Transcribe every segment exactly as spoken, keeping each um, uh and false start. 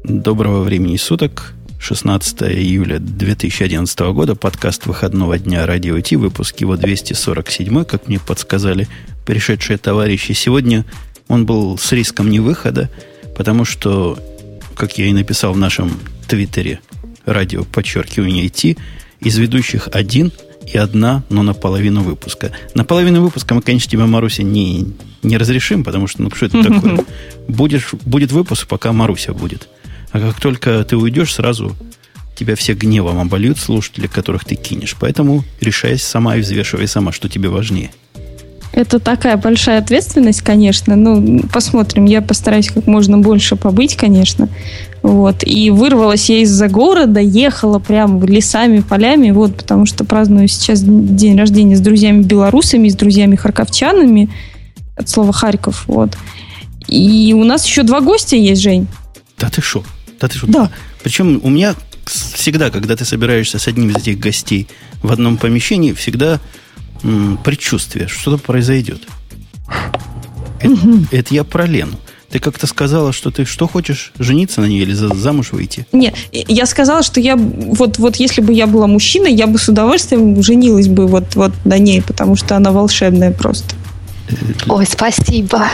Доброго времени суток. шестнадцатого июля две тысячи одиннадцатого года. Подкаст выходного дня Радио Ти. Выпуск его двести сорок семь, как мне подсказали пришедшие товарищи. Сегодня он был с риском невыхода, потому что, как я и написал в нашем твиттере радио, подчеркивание Ти, из ведущих один и одна, но наполовину выпуска. Наполовину выпуска мы, конечно, тебя, Маруся, не, не разрешим, потому что, ну, что это такое? Будешь, будет выпуск, пока Маруся будет. А как только ты уйдешь, сразу тебя все гневом обольют слушатели, которых ты кинешь. Поэтому решай сама и взвешивай сама, что тебе важнее. Это такая большая ответственность, конечно. Ну, посмотрим. Я постараюсь как можно больше побыть, конечно. Вот. И вырвалась я из-за города, ехала прям лесами, полями, вот, потому что праздную сейчас день рождения с друзьями-белорусами, с друзьями-харьковчанами, от слова Харьков, вот. И у нас еще два гостя есть, Жень. Да ты шо? Да ты шо? Да. Причем у меня всегда, когда ты собираешься с одним из этих гостей в одном помещении, всегда м, предчувствие, что-то произойдет. Это, это я про Лену. Ты как-то сказала, что ты что хочешь, жениться на ней или за, замуж выйти? Нет, я сказала, что я вот, вот если бы я была мужчиной, я бы с удовольствием женилась бы вот, вот на ней, потому что она волшебная просто. Ой, спасибо.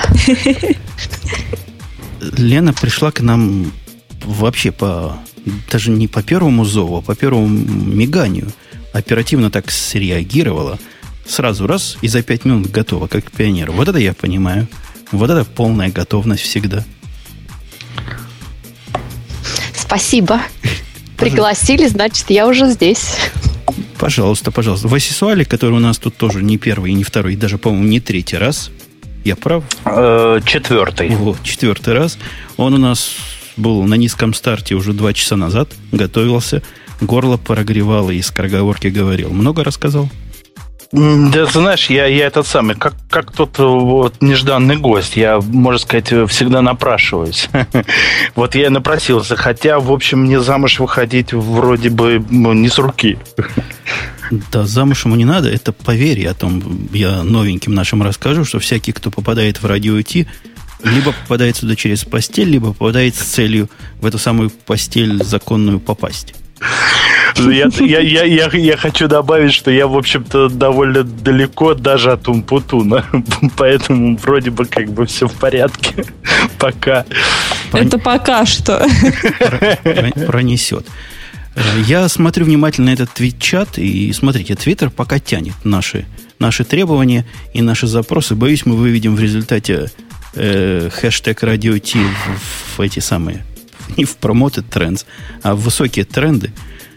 Лена пришла к нам вообще по даже не по первому зову, а по первому миганию. Оперативно так среагировала. Сразу раз и за пять минут готова, как пионер. Вот это я понимаю. Вот это полная готовность всегда. Спасибо. Пригласили, значит, я уже здесь. Пожалуйста, пожалуйста. Васисуалик, который у нас тут тоже не первый и не второй, и даже, по-моему, не третий раз. Я прав? Четвертый. Вот, четвертый раз. Он у нас был на низком старте уже два часа назад. Готовился. Горло прогревало и скороговорки говорил. Много рассказал? Да, знаешь, я, я этот самый, как, как тот вот нежданный гость, я, можно сказать, всегда напрашиваюсь. Вот я и напросился, хотя, в общем, мне замуж выходить вроде бы не с руки. Да, замуж ему не надо, это поверье о том, я новеньким нашим расскажу, что всякий, кто попадает в Радио Ти, либо попадает сюда через постель, либо попадает с целью в эту самую постель законную попасть. Я, я, я, я, я хочу добавить, что я, в общем-то, довольно далеко даже от Умпутуна. Поэтому вроде бы как бы все в порядке. Пока. Это пока что. Пронесет. Я смотрю внимательно на этот твит-чат, и смотрите, Твиттер пока тянет наши, наши требования и наши запросы. Боюсь, мы выведем в результате э, хэштег Радио Ти в, в эти самые, не в Promoted Trends, а в высокие тренды,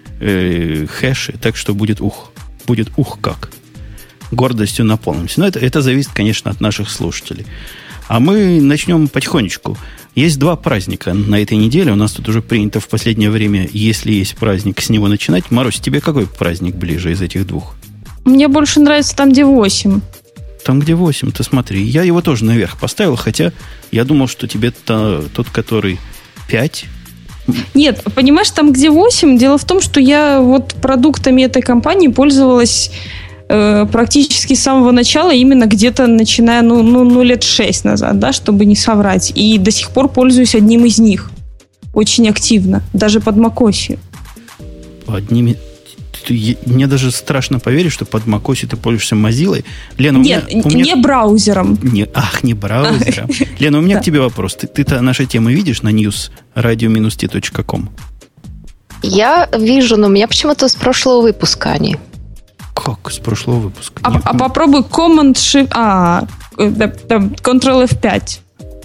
э, хэши, так что будет ух. Будет ух как. Гордостью наполнимся. Но это, это зависит, конечно, от наших слушателей. А мы начнем потихонечку. Есть два праздника на этой неделе. У нас тут уже принято в последнее время, если есть праздник, с него начинать. Марусь, тебе какой праздник ближе из этих двух? Мне больше нравится там, где восемь. Там, где восемь, ты смотри. Я его тоже наверх поставил, хотя я думал, что тебе -то, тот, который пять. Нет, понимаешь, там, где восемь, дело в том, что я вот продуктами этой компании пользовалась э, практически с самого начала, именно где-то начиная, ну, ну, ну, лет шесть назад, да, чтобы не соврать. И до сих пор пользуюсь одним из них. Очень активно. Даже под macOS. Одними... Мне даже страшно поверить, что под macOS ты пользуешься Mozilla. Лена, Нет, у меня, у меня... не браузером. Не, ах, не браузером. Лена, у меня к тебе вопрос. Ты, ты-то наши темы видишь на news radio ти точка ком? Я вижу, но у меня почему-то с прошлого выпуска они. Как с прошлого выпуска? А, Не, а попробуй Command Shift... А, контрол эф пять.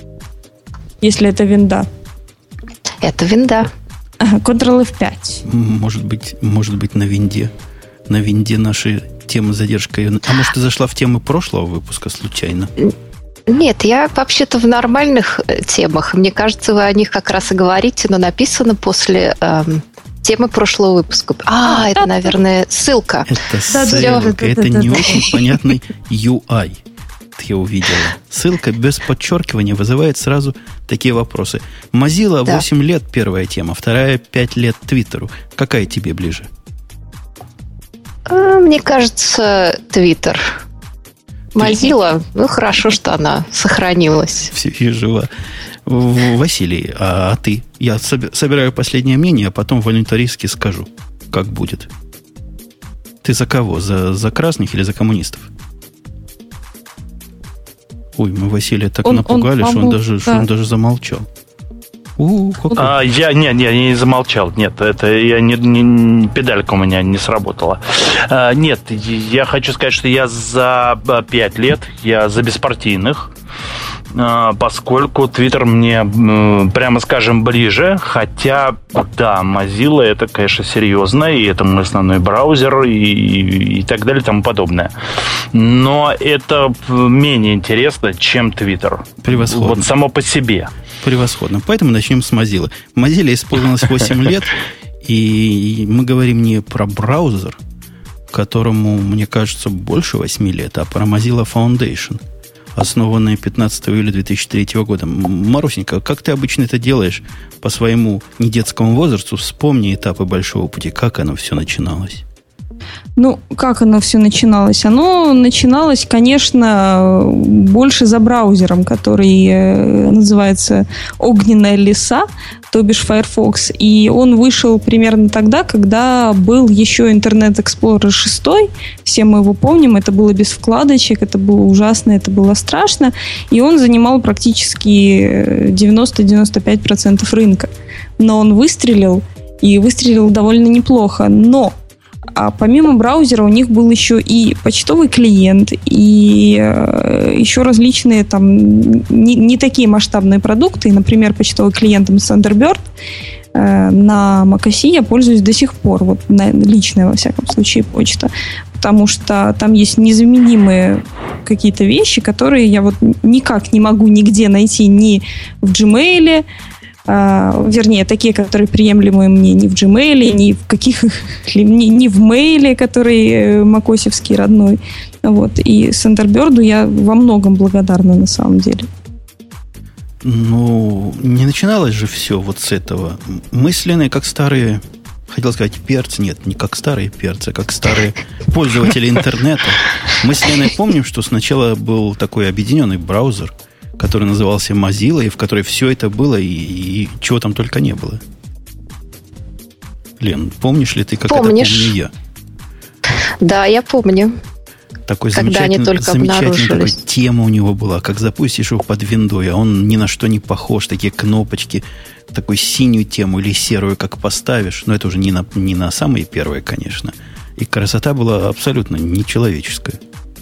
Если это винда. Это винда. контрол эф пять. Может быть, может быть, на винде. На винде наши темы с задержкой. А может, ты зашла в темы прошлого выпуска случайно? Нет, я вообще-то в нормальных темах. Мне кажется, вы о них как раз и говорите, но написано после эм, темы прошлого выпуска. А, а это, да, наверное, ссылка. Это ссылка. Это не очень понятный ю ай. Я увидела. Ссылка без подчеркивания вызывает сразу такие вопросы. Mozilla да. восемь лет первая тема, вторая пять лет Твиттеру. Какая тебе ближе? Мне кажется, Твиттер. Mozilla, ну, хорошо, что она сохранилась. Все еще жива. Василий, а, а ты? Я собираю последнее мнение, а потом волюнтаристски скажу, как будет. Ты за кого? За, за красных или за коммунистов? Ой, мы Василия так он, напугали, он, что, он даже, да. что он даже замолчал. У, а, я, не, не, я не замолчал. Нет, это я не, не, педалька у меня не сработала. А, нет, я хочу сказать, что я за пять лет, я за беспартийных, поскольку Twitter мне, прямо скажем, ближе, хотя, да, Mozilla это, конечно, серьезно, и это мой основной браузер, и, и, и так далее, и тому подобное. Но это менее интересно, чем Twitter. Превосходно. Вот само по себе. Превосходно. Поэтому начнем с Mozilla. Mozilla исполнилось восемь лет, и мы говорим не про браузер, которому, мне кажется, больше восьми лет, а про Mozilla Foundation, основанная пятнадцатого июля две тысячи третьего года. Марусенька, как ты обычно это делаешь по своему недетскому возрасту? Вспомни этапы большого пути. Как оно все начиналось? Ну, как оно все начиналось? Оно начиналось, конечно, больше за браузером, который называется «Огненная лиса», то бишь Firefox. И он вышел примерно тогда, когда был еще Internet Explorer шесть. Все мы его помним. Это было без вкладочек, это было ужасно, это было страшно. И он занимал практически девяносто-девяносто пять процентов рынка. Но он выстрелил, и выстрелил довольно неплохо. Но а помимо браузера у них был еще и почтовый клиент, и э, еще различные там не, не такие масштабные продукты. Например, почтовый клиент Thunderbird э, на macOS я пользуюсь до сих пор. Вот на, личная, во всяком случае, почта. Потому что там есть незаменимые какие-то вещи, которые я вот никак не могу нигде найти ни в Gmail, Uh, вернее, такие, которые приемлемы мне ни в Gmail, ни в каких ни, ни в Mail, который макосевский родной. Вот. И Thunderbird я во многом благодарна на самом деле. Ну, не начиналось же все вот с этого. Мы с Леной, как старые, хотел сказать перцы, нет, не как старые перцы, а как старые пользователи интернета. Мы с Леной помним, что сначала был такой объединенный браузер, который назывался Mozilla, и в которой все это было, и, и чего там только не было. Лен, помнишь ли ты, как Помнишь? это помню я? Да, я помню. Такой когда они только замечательный такой обнаружились. Тема у него была, как запустишь его под виндой, а он ни на что не похож, такие кнопочки, такую синюю тему или серую, как поставишь. Но это уже не на, не на самые первые, конечно. И красота была абсолютно нечеловеческая.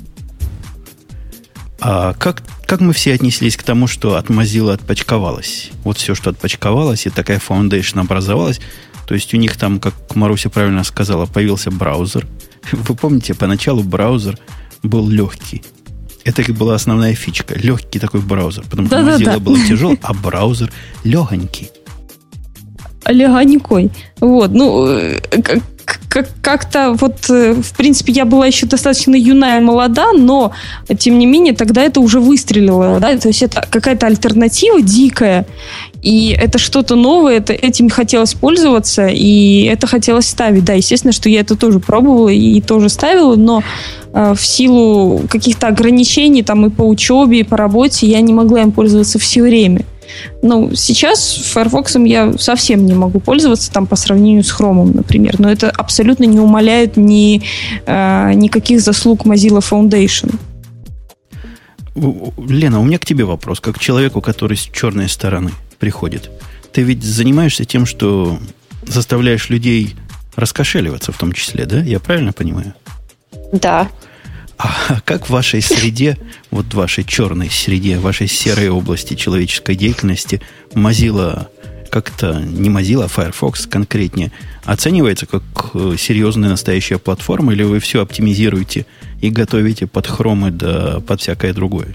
А как, как мы все отнеслись к тому, что от Mozilla отпочковалось? Вот все, что отпочковалось, и такая Foundation образовалась. То есть у них там, как Маруся правильно сказала, появился браузер. Вы помните, поначалу браузер был легкий. Это была основная фичка. Легкий такой браузер. Потому что Да-да-да. Mozilla был тяжелый, а браузер легонький. Легонькой. Вот, ну, как, как, как-то вот, в принципе, я была еще достаточно юная и молода, но, тем не менее, тогда это уже выстрелило, да, то есть это какая-то альтернатива дикая, и это что-то новое, это, этим хотелось пользоваться, и это хотелось ставить. Да, естественно, что я это тоже пробовала и тоже ставила, но э, в силу каких-то ограничений там и по учебе, и по работе я не могла им пользоваться все время. Ну, сейчас Firefox я совсем не могу пользоваться там по сравнению с Chrome, например. Но это абсолютно не умаляет ни, э, никаких заслуг Mozilla Foundation. Лена, у меня к тебе вопрос. Как к человеку, который с черной стороны приходит. Ты ведь занимаешься тем, что заставляешь людей раскошеливаться в том числе, да? Я правильно понимаю? Да. А как в вашей среде, вот в вашей черной среде, в вашей серой области человеческой деятельности Mozilla, как-то не Mozilla, а Firefox конкретнее, оценивается как серьезная настоящая платформа, или вы все оптимизируете и готовите под Chrome да под всякое другое?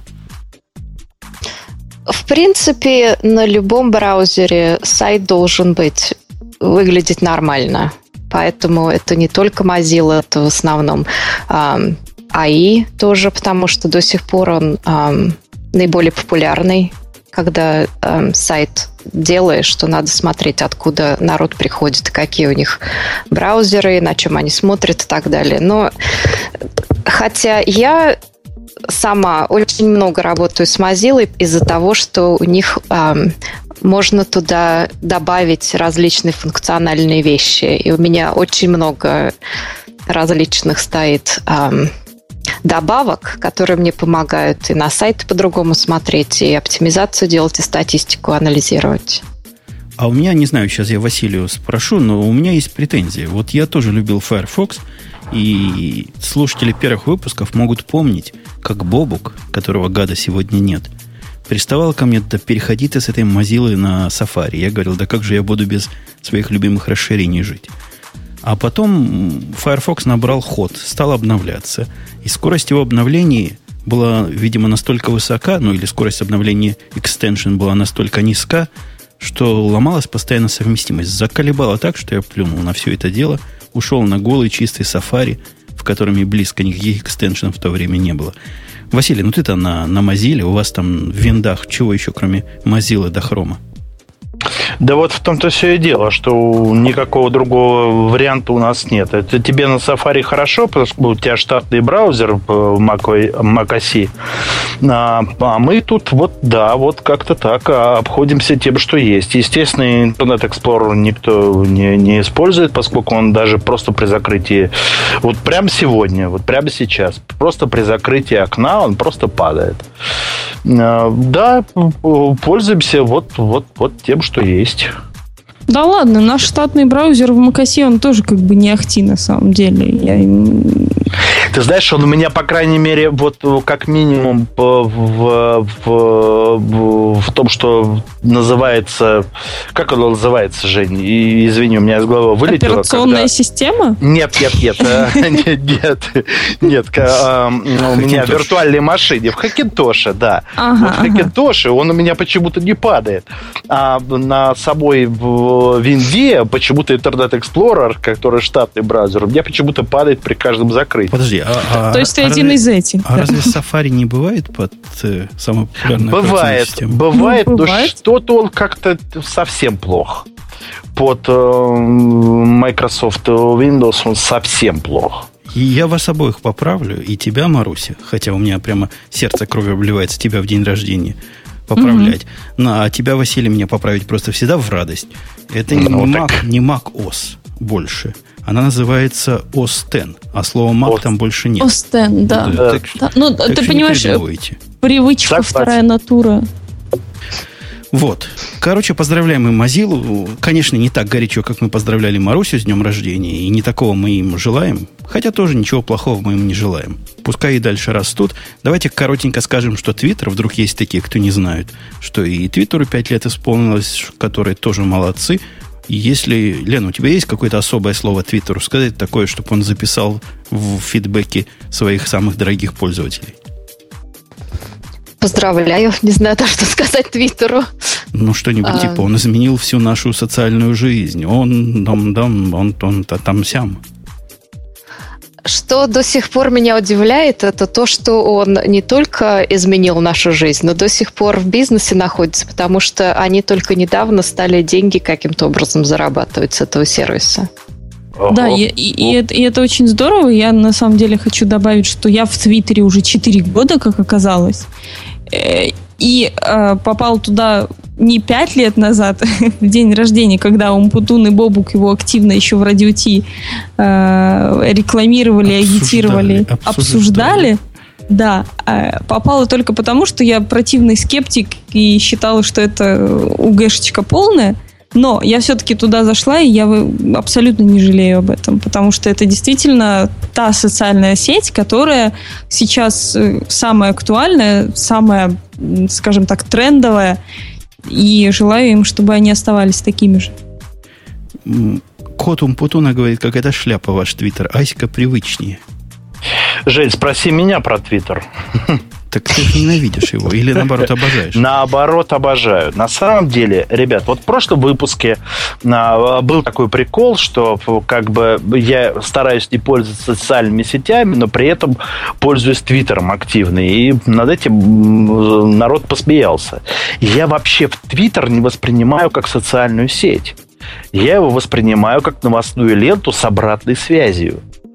В принципе, на любом браузере сайт должен быть, выглядеть нормально. Поэтому это не только Mozilla, это в основном эй ай тоже, потому что до сих пор он эм, наиболее популярный, когда эм, сайт делаешь, что надо смотреть, откуда народ приходит, какие у них браузеры, на чем они смотрят и так далее. Но хотя я сама очень много работаю с Mozilla из-за того, что у них эм, можно туда добавить различные функциональные вещи. И у меня очень много различных стоит эм, добавок, которые мне помогают и на сайты по-другому смотреть, и оптимизацию делать, и статистику анализировать. А у меня, не знаю, сейчас я Василию спрошу, но у меня есть претензии. Вот я тоже любил Firefox, и слушатели первых выпусков могут помнить, как Бобук, которого гада сегодня нет, приставал ко мне: да переходи ты с этой Mozilla на Safari. Я говорил: да как же я буду без своих любимых расширений жить? А потом Firefox набрал ход, стал обновляться. И скорость его обновлений была, видимо, настолько высока, ну или скорость обновления extension была настолько низка, что ломалась постоянно совместимость. Заколебало так, что я плюнул на все это дело, ушел на голый чистый Safari, в котором и близко никаких экстеншенов в то время не было. Василий, ну ты-то на, на Mozilla, у вас там в виндах чего еще, кроме Mozilla до Хрома? Да вот в том-то все и дело, что никакого другого варианта у нас нет. Это тебе на Safari хорошо, потому что у тебя штатный браузер в macOS, а, а мы тут вот, да, вот как-то так обходимся тем, что есть. Естественно, Internet Explorer никто не, не использует, поскольку он даже просто при закрытии, вот прямо сегодня, вот прямо сейчас, просто при закрытии окна он просто падает. Да, пользуемся вот, вот, вот тем, что есть. Да ладно, наш штатный браузер в macOS, он тоже как бы не ахти на самом деле. Я... Ты знаешь, он у меня, по крайней мере, вот как минимум в, в, в, в том, что называется... Как он называется, Жень? И, извини, у меня из головы вылетело. Операционная когда... система? Нет, нет, нет. Нет, нет. Нет. У меня в виртуальной машине. В Хакинтоше, да. В Хакинтоше он у меня почему-то не падает. А на собой в винде почему-то Internet Explorer, который штатный браузер, у меня почему-то падает при каждом закрытии. Подожди, а, а, то есть ты а один разве, из этих? А разве Safari не бывает под э, самой популярной бывает, системой? бывает, ну, но бывает. что-то он как-то совсем плох. Под э, Microsoft Windows он совсем плох. И я вас обоих поправлю, и тебя, Маруся, хотя у меня прямо сердце кровью обливается тебя в день рождения поправлять. Mm-hmm. Ну, а тебя, Василий, меня поправить просто всегда в радость. Это не, ну, Mac, не Mac о эс больше. Она называется о эс десять, а слова Mac о эс... там больше нет. о эс десять, да. да, так, да. Ну, так ты понимаешь, привычка так, вторая натура. Вот. Короче, поздравляем и Mozilla. Конечно, не так горячо, как мы поздравляли Марусю с днем рождения, и не такого мы им желаем. Хотя тоже ничего плохого мы им не желаем. Пускай и дальше растут. Давайте коротенько скажем, что Twitter, вдруг есть такие, кто не знает, что и Твиттеру пять лет исполнилось, которые тоже молодцы. И если, Лена, у тебя есть какое-то особое слово Твиттеру сказать, такое, чтобы он записал в фидбэке своих самых дорогих пользователей? Поздравляю. Не знаю даже, что сказать Твиттеру. Ну, что-нибудь а... типа, он изменил всю нашу социальную жизнь. Он, дом, дом, он, он, там, сям. Что до сих пор меня удивляет, это то, что он не только изменил нашу жизнь, но до сих пор в бизнесе находится, потому что они только недавно стали деньги каким-то образом зарабатывать с этого сервиса. Да, и, и, и, это, и это очень здорово. Я на самом деле хочу добавить, что я в Твиттере уже четыре года, как оказалось. И э, попал туда не пять лет назад, в день рождения, когда Умпутун и Бобук его активно еще в Радио Ти э, рекламировали, обсуждали, агитировали, обсуждали. обсуждали. Да, э, попало только потому, что я противный скептик и считала, что это угэшечка полная. Но я все-таки туда зашла, и я абсолютно не жалею об этом, потому что это действительно та социальная сеть, которая сейчас самая актуальная, самая, скажем так, трендовая, и желаю им, чтобы они оставались такими же. Кот Умпутуна говорит, как это шляпа ваш Твиттер, Аська привычнее. Жень, спроси меня про Твиттер. Так ты же ненавидишь его или, наоборот, обожаешь? Наоборот, обожаю. На самом деле, ребят, вот в прошлом выпуске а, был такой прикол, что как бы я стараюсь не пользоваться социальными сетями, но при этом пользуюсь Твиттером активно. И над этим народ посмеялся. Я вообще в Твиттер не воспринимаю как социальную сеть. Я его воспринимаю как новостную ленту с обратной связью.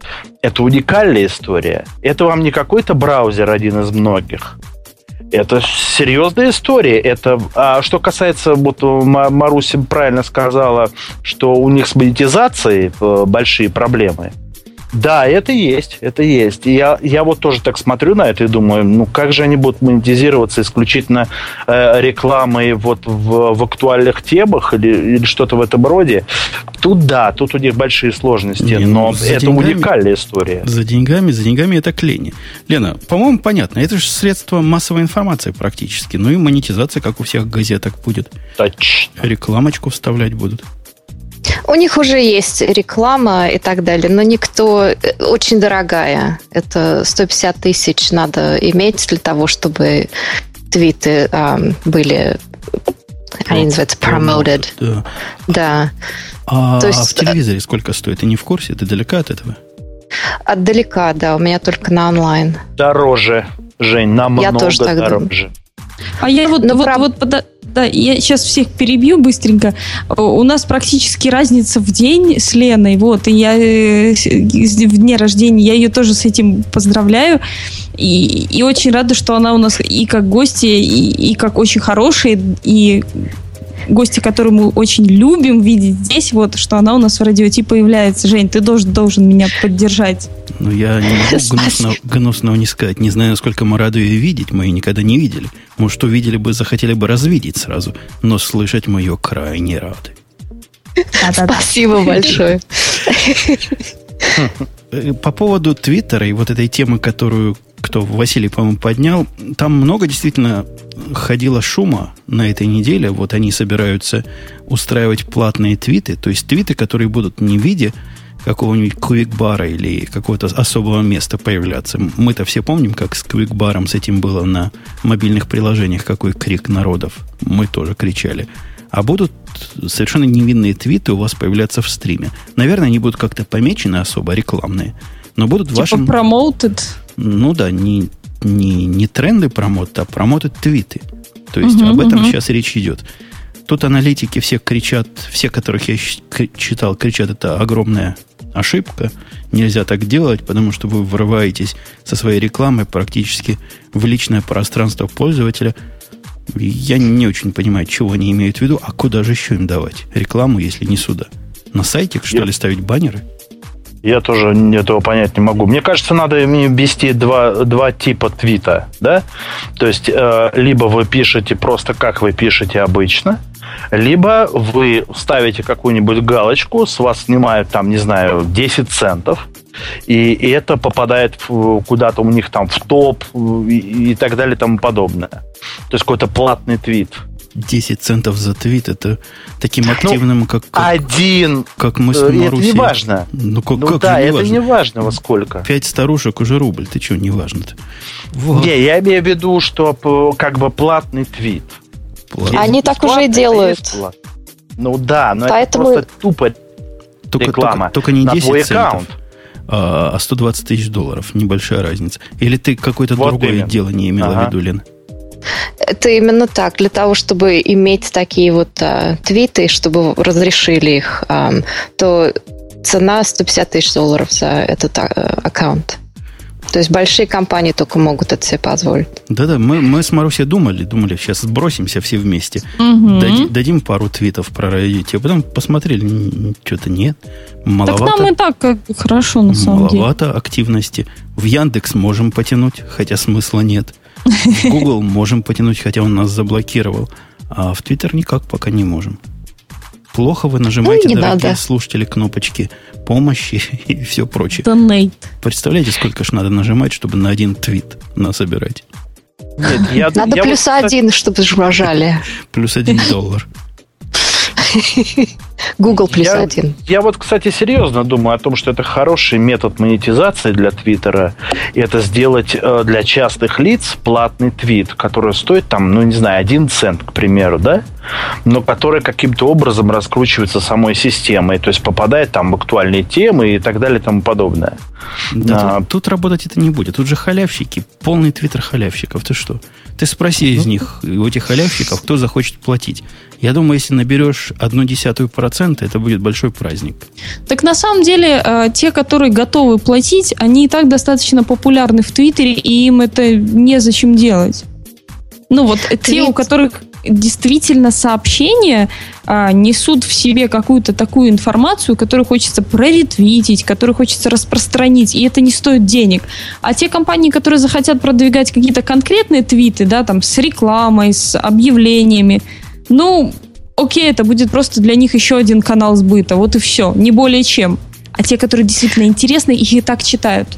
Это уникальная история. Это вам не какой-то браузер один из многих. Это серьезная история. Это, а что касается, вот Маруся правильно сказала, что у них с монетизацией большие проблемы. Да, это есть, это есть. И я, я вот тоже так смотрю на это и думаю, ну как же они будут монетизироваться исключительно э, рекламой вот в, в актуальных темах или, или что-то в этом роде. Тут да, тут у них большие сложности, Не, но ну, это деньгами, уникальная история. За деньгами, за деньгами это клени. Лена, по-моему, понятно, это же средство массовой информации практически. Ну и монетизация, как у всех газеток, будет. Точно. Рекламочку вставлять будут. У них уже есть реклама и так далее, но никто... Очень дорогая. Это сто пятьдесят тысяч надо иметь для того, чтобы твиты um, были... Они называются promoted. Да. Да. А, То есть, а в телевизоре сколько стоит? Ты не в курсе? Ты далека от этого? Отдалека, да. У меня только на онлайн. Дороже, Жень, намного Я тоже так дороже. Думаю. А я вот, вот, прав... вот да, я сейчас всех перебью быстренько. У нас практически разница в день с Леной. Вот, и я в дне рождения, я ее тоже с этим поздравляю. И, и очень рада, что она у нас и как гостья, и, и как очень хорошая, и гости, которую мы очень любим видеть здесь, вот, что она у нас в радиоти появляется. Жень, ты должен, должен меня поддержать. Ну, я не могу гнусно, гнусного не сказать. Не знаю, насколько мы рады ее видеть. Мы ее никогда не видели. Может, увидели бы, захотели бы развидеть сразу. Но слышать мы ее крайне рады. Спасибо большое. По поводу Твиттера и вот этой темы, которую кто Василий, по-моему, поднял, там много действительно ходило шума на этой неделе. Вот они собираются устраивать платные твиты, то есть твиты, которые будут не в виде какого-нибудь квикбара или какого-то особого места появляться. Мы-то все помним, как с квикбаром с этим было на мобильных приложениях, какой крик народов. Мы тоже кричали. А будут совершенно невинные твиты у вас появляться в стриме. Наверное, они будут как-то помечены особо, рекламные. Но будут типа вашим... promoted? Ну да, не, не, не тренды промот, а промотед твиты. То есть uh-huh, об этом uh-huh. сейчас речь идет. Тут аналитики все кричат, все, которых я читал, кричат, это огромная ошибка. Нельзя так делать, потому что вы врываетесь со своей рекламой практически в личное пространство пользователя. Я не очень понимаю, чего они имеют в виду, а куда же еще им давать рекламу, если не сюда? На сайте, что ли, ставить баннеры? Я тоже этого понять не могу. Мне кажется, надо ввести два, два типа твита, да? То есть, э, либо вы пишете просто, как вы пишете обычно, либо вы ставите какую-нибудь галочку, с вас снимают, там, не знаю, десять центов, и, и это попадает в, куда-то у них там в топ и, и так далее и тому подобное. То есть, какой-то платный твит. десять центов за твит, это таким активным, ну, как, как... Один! Как мы с Марусей. Это не важно. Ну, как, ну как да, не это важно? не важно во сколько. Пять старушек уже рубль. Ты что, не важно-то? Вот. Не, я имею в виду, что как бы платный твит. Платный. Они так уже и делают. Ну да, но Поэтому... это просто тупо только, реклама. Только, только не на десять твой центов, аккаунт. А сто двадцать тысяч долларов. Небольшая разница. Или ты какое-то вот другое именно. дело не имела ага. в виду, Лена? Это именно так. Для того, чтобы иметь такие вот а, твиты, чтобы разрешили их, а, то цена сто пятьдесят тысяч долларов за этот а, аккаунт. То есть большие компании только могут это себе позволить. Да-да, мы, мы с Марусей думали, думали, сейчас сбросимся все вместе, угу. Дади, дадим пару твитов про радио, а потом посмотрели, что-то нет, маловато. Так нам и так как хорошо, на самом деле. Маловато активности. В Яндекс можем потянуть, хотя смысла нет. В Google можем потянуть, хотя он нас заблокировал. А в Twitter никак пока не можем. Плохо вы нажимаете, ну, дорогие надо. слушатели, кнопочки помощи и все прочее. Donate. Представляете, сколько ж надо нажимать, чтобы на один твит насобирать? Нет, я, надо я плюс вот, один, чтобы жмажали. Плюс один доллар. Google плюс я, один. Я вот, кстати, серьезно думаю о том, что это хороший метод монетизации для Твиттера. И это сделать э, для частных лиц платный твит, который стоит там, ну, не знаю, один цент, к примеру, да? Но который каким-то образом раскручивается самой системой. То есть попадает там в актуальные темы и так далее и тому подобное. Да, а, тут, тут работать это не будет. Тут же халявщики. Полный твиттер халявщиков. Ты что? Ты спроси из них, у этих халявщиков, кто захочет платить. Я думаю, если наберешь одну десятую процента процент, это будет большой праздник. Так на самом деле, э, те, которые готовы платить, они и так достаточно популярны в Твиттере, и им это незачем делать. Ну вот Твит... те, у которых действительно сообщения а, несут в себе какую-то такую информацию, которую хочется проретвитить, которую хочется распространить, и это не стоит денег. А те компании, которые захотят продвигать какие-то конкретные твиты, да, там, с рекламой, с объявлениями, ну, окей, это будет просто для них еще один канал сбыта, вот и все, не более чем. А те, которые действительно интересны, их и так читают.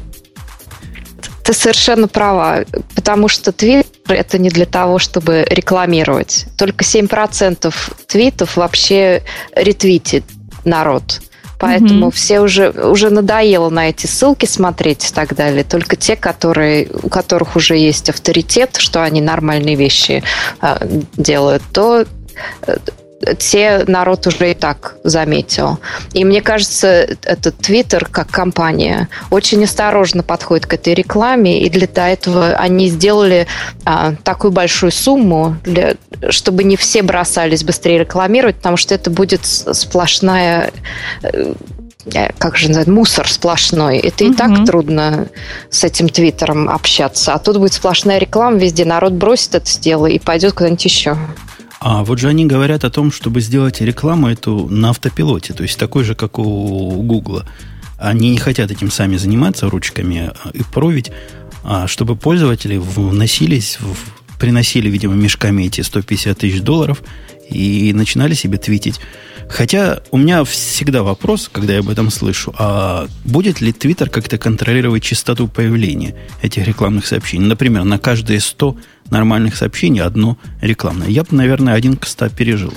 Ты совершенно права, потому что Твиттер это не для того, чтобы рекламировать. Только семь процентов твитов вообще ретвитит народ. Поэтому mm-hmm. все уже, уже надоело на эти ссылки смотреть и так далее. Только те, которые, у которых уже есть авторитет, что они нормальные вещи э, делают, то э, те народ уже и так заметил. И мне кажется, этот Твиттер как компания очень осторожно подходит к этой рекламе, и для этого они сделали а, такую большую сумму, для, чтобы не все бросались быстрее рекламировать, потому что это будет сплошная... как же называют, мусор сплошной. Это и uh-huh. так трудно с этим Твиттером общаться. А тут будет сплошная реклама везде. Народ бросит это дело и пойдет куда-нибудь еще. А вот же они говорят о том, чтобы сделать рекламу эту на автопилоте, то есть такой же, как у Гугла. Они не хотят этим сами заниматься ручками и провить, а чтобы пользователи вносились, приносили, видимо, мешками эти сто пятьдесят тысяч долларов и начинали себе твитить. Хотя у меня всегда вопрос, когда я об этом слышу, а будет ли Твиттер как-то контролировать частоту появления этих рекламных сообщений? Например, на каждые сто нормальных сообщений одно рекламное. Я бы, наверное, один к ста пережил.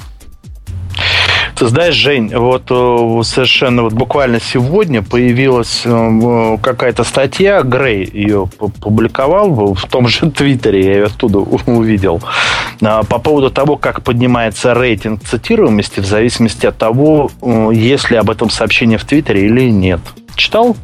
Ты знаешь, Жень, вот совершенно вот буквально сегодня появилась какая-то статья, Грей ее публиковал в том же Твиттере, я ее оттуда увидел, по поводу того, как поднимается рейтинг цитируемости в зависимости от того, есть ли об этом сообщение в Твиттере или нет. Читал?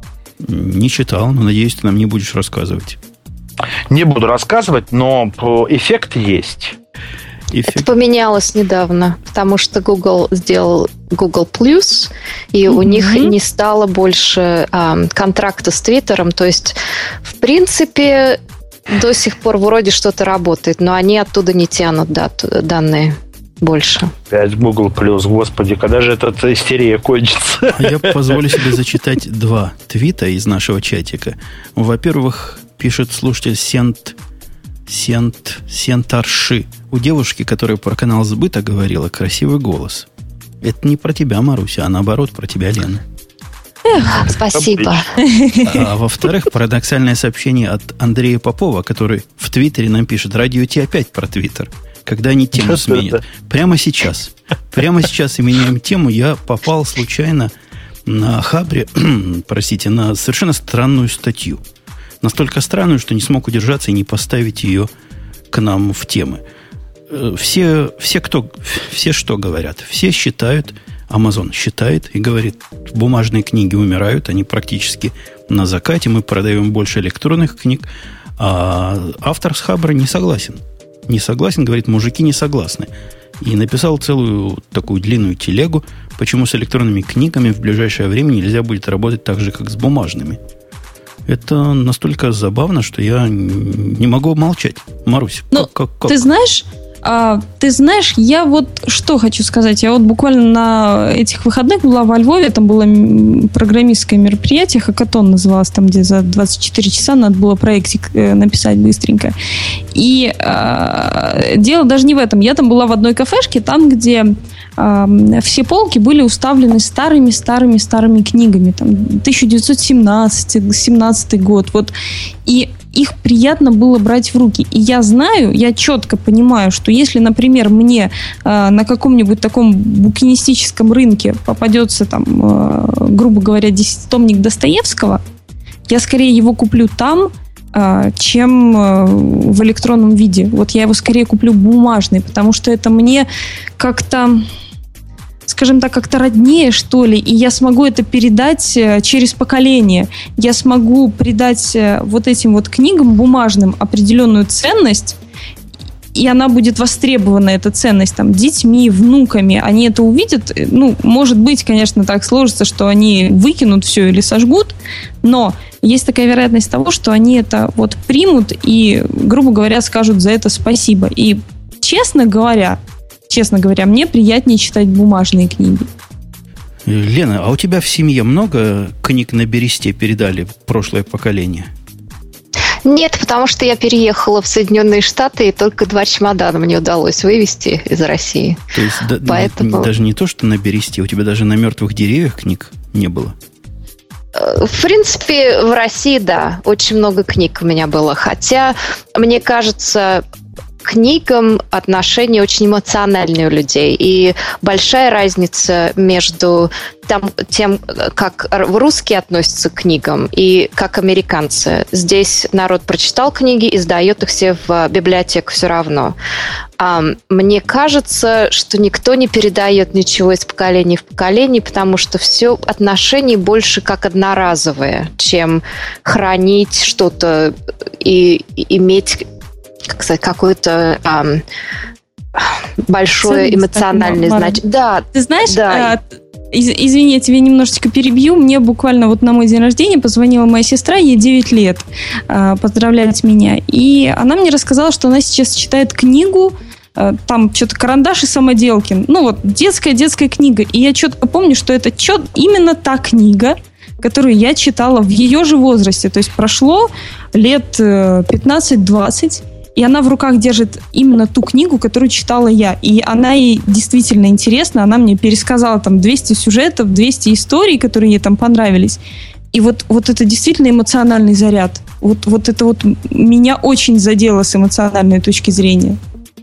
Не читал, но надеюсь, ты нам не будешь рассказывать. Не буду рассказывать, но эффект есть. Эффект. Это поменялось недавно, потому что Google сделал Google Plus, и mm-hmm. у них не стало больше а, контракта с Твиттером. То есть, в принципе, до сих пор вроде что-то работает, но они оттуда не тянут дат, данные больше. Опять Google Plus, господи, когда же эта истерия кончится? А я позволю себе зачитать два твита из нашего чатика. Во-первых, пишет слушатель Сент... Сент... Сентарши. У девушки, которая про канал сбыта говорила, красивый голос. Это не про тебя, Маруся, а наоборот про тебя, Лена. Эх, спасибо. А во-вторых, парадоксальное сообщение от Андрея Попова, который в Твиттере нам пишет: радио Ти опять про Твиттер. Когда они тему сменят. Прямо сейчас. Прямо сейчас и меняем тему. Я попал случайно на Хабре, простите, на совершенно странную статью. Настолько странную, что не смог удержаться и не поставить ее к нам в темы. Все, все, кто, все что говорят? Все считают, Amazon считает и говорит, бумажные книги умирают, они практически на закате, мы продаем больше электронных книг, а автор с Хабра не согласен. Не согласен, говорит, мужики не согласны. И написал целую такую длинную телегу, почему с электронными книгами в ближайшее время нельзя будет работать так же, как с бумажными. Это настолько забавно, что я не могу молчать. Марусь, ну, как, как, как? Ты знаешь, а, ты знаешь, я вот что хочу сказать. Я вот буквально на этих выходных была во Львове, там было программистское мероприятие, хакатон называлось, там где за двадцать четыре часа надо было проектик написать быстренько. И а, дело даже не в этом. Я там была в одной кафешке, там, где а, все полки были уставлены старыми-старыми-старыми книгами. Там тысяча девятьсот семнадцатый, семнадцатый год. Вот. И их приятно было брать в руки. И я знаю, я четко понимаю, что если, например, мне э, на каком-нибудь таком букинистическом рынке попадется, там, э, грубо говоря, десятитомник Достоевского, я скорее его куплю там, э, чем э, в электронном виде. Вот я его скорее куплю бумажный, потому что это мне как-то, скажем так, как-то роднее, что ли, и я смогу это передать через поколение. Я смогу придать вот этим вот книгам бумажным определенную ценность и она будет востребована, эта ценность, там, детьми, внуками, они это увидят, ну, может быть, конечно, так сложится, что они выкинут все или сожгут, но есть такая вероятность того, что они это вот примут и, грубо говоря, скажут за это спасибо. И, честно говоря, честно говоря, мне приятнее читать бумажные книги. Лена, а у тебя в семье много книг на бересте передали в прошлое поколение? Нет, потому что я переехала в Соединенные Штаты, и только два чемодана мне удалось вывезти из России. То есть Поэтому... даже не то, что на бересте, у тебя даже на мертвых деревьях книг не было? В принципе, в России, да, очень много книг у меня было. Хотя, мне кажется, к книгам отношение очень эмоциональное у людей. И большая разница между там, тем, как русские относятся к книгам и как американцы. Здесь народ прочитал книги и сдает их все в библиотеку все равно. А мне кажется, что никто не передает ничего из поколения в поколение, потому что все отношения больше как одноразовые, чем хранить что-то и, и иметь, как сказать, какое-то ам, большое ценность, эмоциональное значение. Да, ты знаешь, да. А, из, извини, я тебе немножечко перебью. Мне буквально вот на мой день рождения позвонила моя сестра, ей девять лет, а, поздравлять меня. И она мне рассказала, что она сейчас читает книгу, а, там что-то «Карандаш и самоделкин». Ну вот, детская-детская книга. И я четко помню, что это чет, именно та книга, которую я читала в ее же возрасте. То есть прошло лет пятнадцать-двадцать, и она в руках держит именно ту книгу, которую читала я. И она ей действительно интересна. Она мне пересказала там двести сюжетов, двести историй, которые ей там понравились. И вот, вот это действительно эмоциональный заряд. Вот, вот это вот меня очень задело с эмоциональной точки зрения.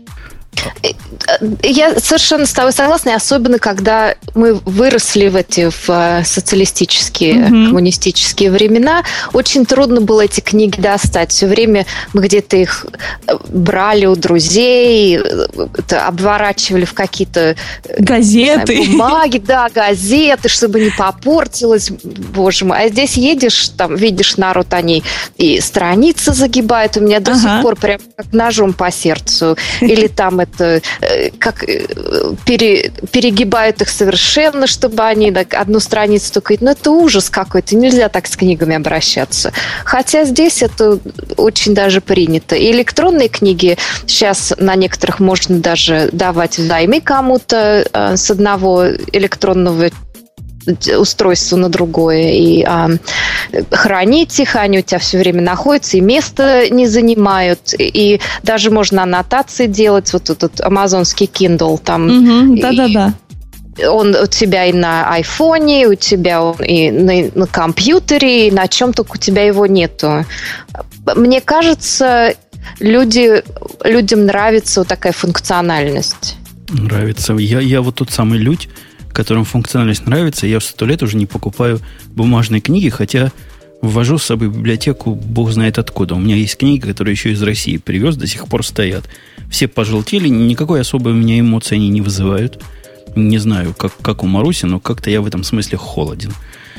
Я совершенно с тобой согласна, и особенно когда мы выросли в эти в социалистические, mm-hmm. коммунистические времена, очень трудно было эти книги достать. Все время мы где-то их брали у друзей, обворачивали в какие-то газеты, знаю, бумаги, да, газеты, чтобы не попортилось, боже мой. А здесь едешь, там видишь народ, они и страницы загибают. У меня до ага. сих пор прям как ножом по сердцу. Или там это как пере, перегибают их совершенно, чтобы они так, одну страницу только... Ну, это ужас какой-то. Нельзя так с книгами обращаться. Хотя здесь это очень даже принято. И электронные книги сейчас на некоторых можно даже давать взаймы кому-то э, с одного электронного устройство на другое, и а, хранить их, они у тебя все время находятся, и место не занимают, и, и даже можно аннотации делать, вот этот амазонский Kindle, там... Угу, да-да-да. Он у тебя и на айфоне, у тебя он и на, на компьютере, и на чем только у тебя его нету. Мне кажется, люди, людям нравится вот такая функциональность. Нравится. Я, я вот тот самый людь, которым функциональность нравится. Я сто лет уже не покупаю бумажные книги, хотя ввожу с собой в библиотеку бог знает откуда. У меня есть книги, которые еще из России привез, до сих пор стоят. Все пожелтели, никакой особой у меня эмоции они не вызывают. Не знаю, как, как у Маруси, но как-то я в этом смысле холоден.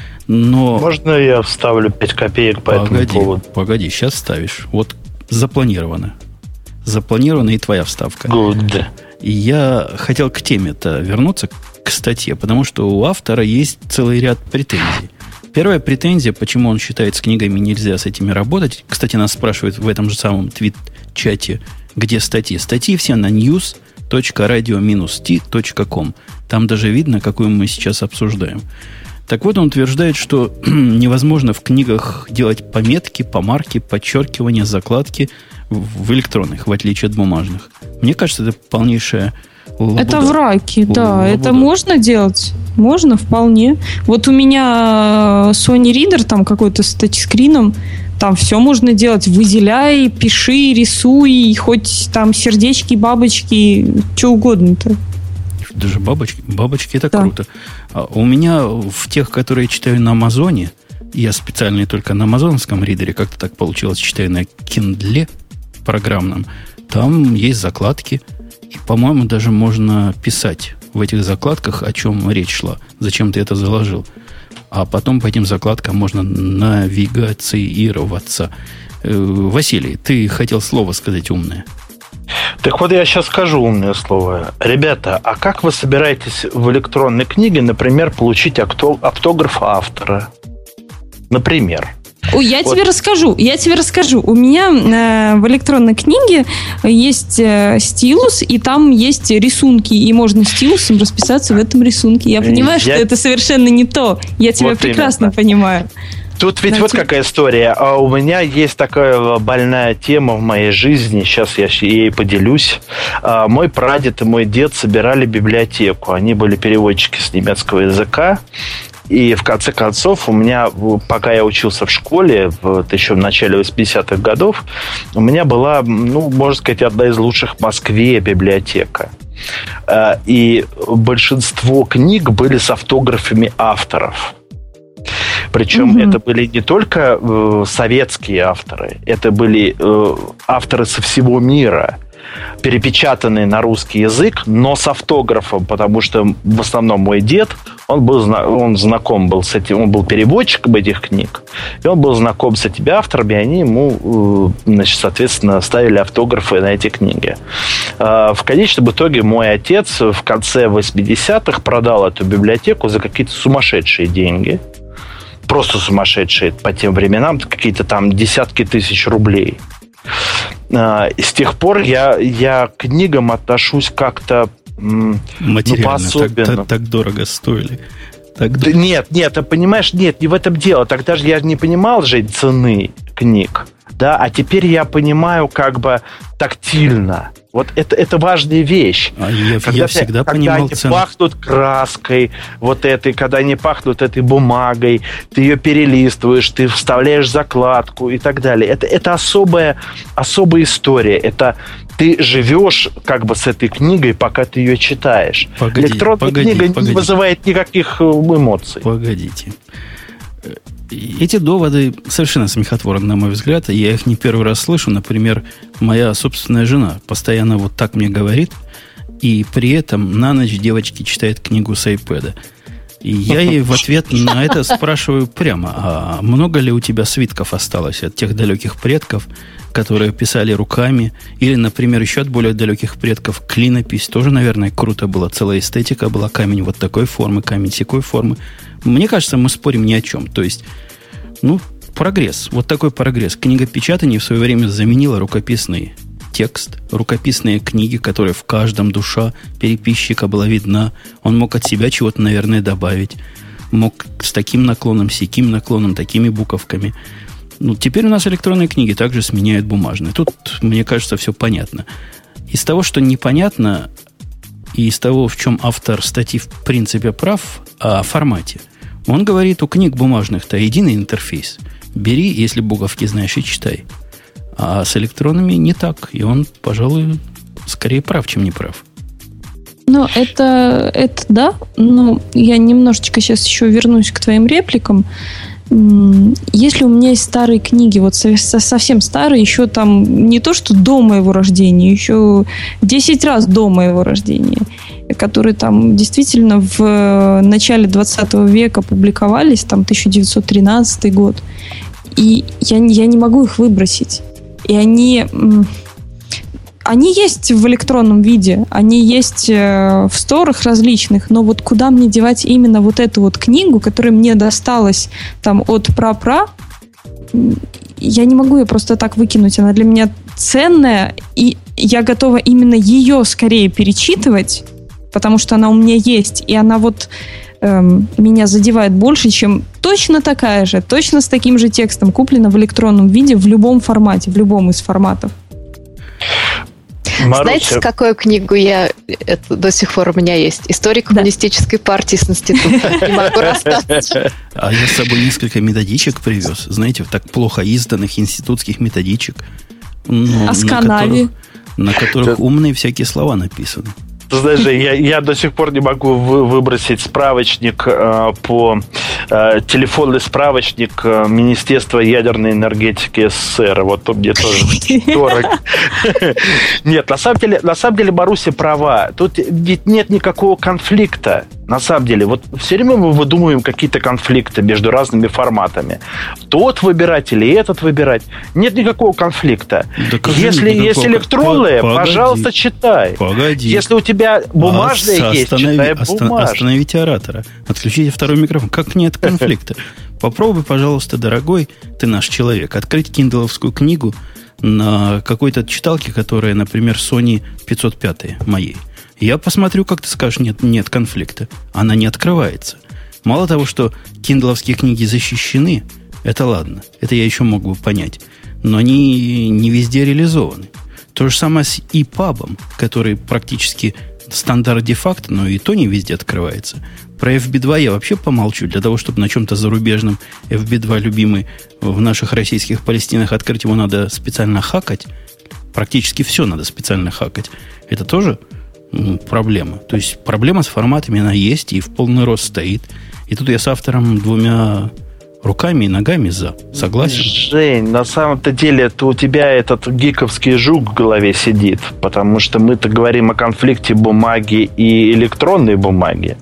Но... Можно я вставлю пять копеек по погоди, этому поводу? Погоди, сейчас вставишь. Вот запланировано. Запланирована и твоя вставка. Good. И я хотел к теме-то вернуться, к статье, потому что у автора есть целый ряд претензий. Первая претензия, почему он считает, с книгами нельзя с этими работать. Кстати, нас спрашивают в этом же самом твит-чате, где статьи. Статьи все на news точка радио ти точка ком. Там даже видно, какую мы сейчас обсуждаем. Так вот, он утверждает, что невозможно в книгах делать пометки, помарки, подчеркивания, закладки в электронных, в отличие от бумажных. Мне кажется, это полнейшая лабуда. Это враки, да. Лабуда. Это можно делать? Можно, вполне. Вот у меня Sony Reader, там какой-то с тачскрином, там все можно делать. Выделяй, пиши, рисуй, хоть там сердечки, бабочки, что угодно-то. Даже бабочки? Бабочки это да. круто. А у меня в тех, которые читаю на Амазоне, я специально только на амазонском ридере, как-то так получилось, читаю на Kindle программном, там есть закладки. И, по-моему, даже можно писать в этих закладках, о чем речь шла. Зачем ты это заложил? А потом по этим закладкам можно навигацироваться. Василий, ты хотел слово сказать умное. Так вот, я сейчас скажу умное слово. Ребята, а как вы собираетесь в электронной книге, например, получить автограф автора? Например. Ой, я вот. тебе расскажу, я тебе расскажу. У меня э, в электронной книге есть э, стилус, и там есть рисунки, и можно стилусом расписаться в этом рисунке. Я понимаю, я... что это совершенно не то. Я тебя вот прекрасно именно. понимаю. Тут ведь Знаете... вот какая история. А у меня есть такая больная тема в моей жизни. Сейчас я ей поделюсь. А, мой прадед и мой дед собирали библиотеку. Они были переводчики с немецкого языка. И в конце концов у меня, пока я учился в школе, вот еще в начале восьмидесятых годов, у меня была, ну, можно сказать, одна из лучших в Москве библиотека. И большинство книг были с автографами авторов. Причем mm-hmm. это были не только э, советские авторы, это были э, авторы со всего мира, перепечатанные на русский язык, но с автографом, потому что в основном мой дед, он был он знаком был с этим, он был переводчиком этих книг, и он был знаком с этими авторами, и они ему, значит, соответственно, ставили автографы на эти книги. В конечном итоге мой отец в конце восьмидесятых продал эту библиотеку за какие-то сумасшедшие деньги. Просто сумасшедшие по тем временам, какие-то там десятки тысяч рублей. И с тех пор я, я к книгам отношусь как-то материально, ну, так, так, так дорого стоили. Так да, нет, нет, ты понимаешь, нет, не в этом дело. Тогда же я не понимал же цены книг, да, а теперь я понимаю как бы тактильно. Вот это, это важная вещь. А я, когда я всегда когда понимал они цену. Пахнут краской вот этой, когда они пахнут этой бумагой, ты ее перелистываешь, ты вставляешь закладку и так далее. Это, это особая, особая история. Это ты живешь как бы с этой книгой, пока ты ее читаешь. Погоди, Электронная погоди, книга погоди. не вызывает никаких эмоций. Погодите. Эти доводы совершенно смехотворны, на мой взгляд. Я их не первый раз слышу. Например, моя собственная жена постоянно вот так мне говорит, и при этом на ночь девочки читает книгу с iPad. И я ей в ответ на это спрашиваю прямо, а много ли у тебя свитков осталось от тех далеких предков, которые писали руками, или, например, еще от более далеких предков клинопись. Тоже, наверное, круто было. Целая эстетика была. Камень вот такой формы, камень сякой формы. Мне кажется, мы спорим ни о чем. То есть, ну, прогресс. Вот такой прогресс. Книгопечатание в свое время заменило рукописный текст, рукописные книги, которые в каждом душа переписчика была видна. Он мог от себя чего-то, наверное, добавить. Мог с таким наклоном, с сяким наклоном, такими буковками. Ну, теперь у нас электронные книги также сменяют бумажные. Тут, мне кажется, все понятно. Из того, что непонятно, и из того, в чем автор статьи в принципе прав, о формате. Он говорит, у книг бумажных-то единый интерфейс. Бери, если буковки знаешь, и читай. А с электронными не так. И он, пожалуй, скорее прав, чем не прав. Ну, это, это да. Но я немножечко сейчас еще вернусь к твоим репликам. Если у меня есть старые книги, вот совсем старые, еще там не то, что до моего рождения, еще десять раз до моего рождения, которые там действительно в начале двадцатого века публиковались, там тысяча девятьсот тринадцатый год, и я, я не могу их выбросить. И они... Они есть в электронном виде, они есть в сторах различных, но вот куда мне девать именно вот эту вот книгу, которая мне досталась там от пра-пра, я не могу ее просто так выкинуть. Она для меня ценная, и я готова именно ее скорее перечитывать, потому что она у меня есть, и она вот эм, меня задевает больше, чем точно такая же, точно с таким же текстом, куплена в электронном виде в любом формате, в любом из форматов. Маруся. Знаете, какую книгу я это, до сих пор у меня есть? История коммунистической да. партии с института. Не могу расстаться. А я с собой несколько методичек привез. Знаете, так плохо изданных институтских методичек. Ну, а с канаве? На которых умные всякие слова написаны. Ты знаешь, я, я до сих пор не могу вы, выбросить справочник э, по э, телефонный справочник э, Министерства ядерной энергетики СССР. Вот он мне тоже дорог. Нет, на самом деле, на самом деле Маруся права. Тут ведь нет никакого конфликта. На самом деле, вот все время мы выдумываем какие-то конфликты между разными форматами. Тот выбирать или этот выбирать. Нет никакого конфликта. Да если есть электронные, погоди, пожалуйста, читай. Погоди. Если у тебя бумажные а, есть, останови, читай бумажные. Остановите оратора. Отключите второй микрофон. Как нет конфликта? Попробуй, пожалуйста, дорогой, ты наш человек, открыть киндловскую книгу на какой-то читалке, которая, например, Sony пятьсот пять моей. Я посмотрю, как ты скажешь, нет, нет конфликта. Она не открывается. Мало того, что киндловские книги защищены, это ладно. Это я еще мог бы понять. Но они не везде реализованы. То же самое с и пабом, который практически стандарт де-факто, но и то не везде открывается. Про эф би два я вообще помолчу. Для того, чтобы на чем-то зарубежном эф би два любимый в наших российских Палестинах открыть, его надо специально хакать. Практически все надо специально хакать. Это тоже проблема. То есть проблема с форматами, она есть и в полный рост стоит. И тут я с автором двумя руками и ногами за. Согласен? Жень, на самом-то деле это у тебя этот гиковский жук в голове сидит, потому что мы-то говорим о конфликте бумаги и электронной бумаги.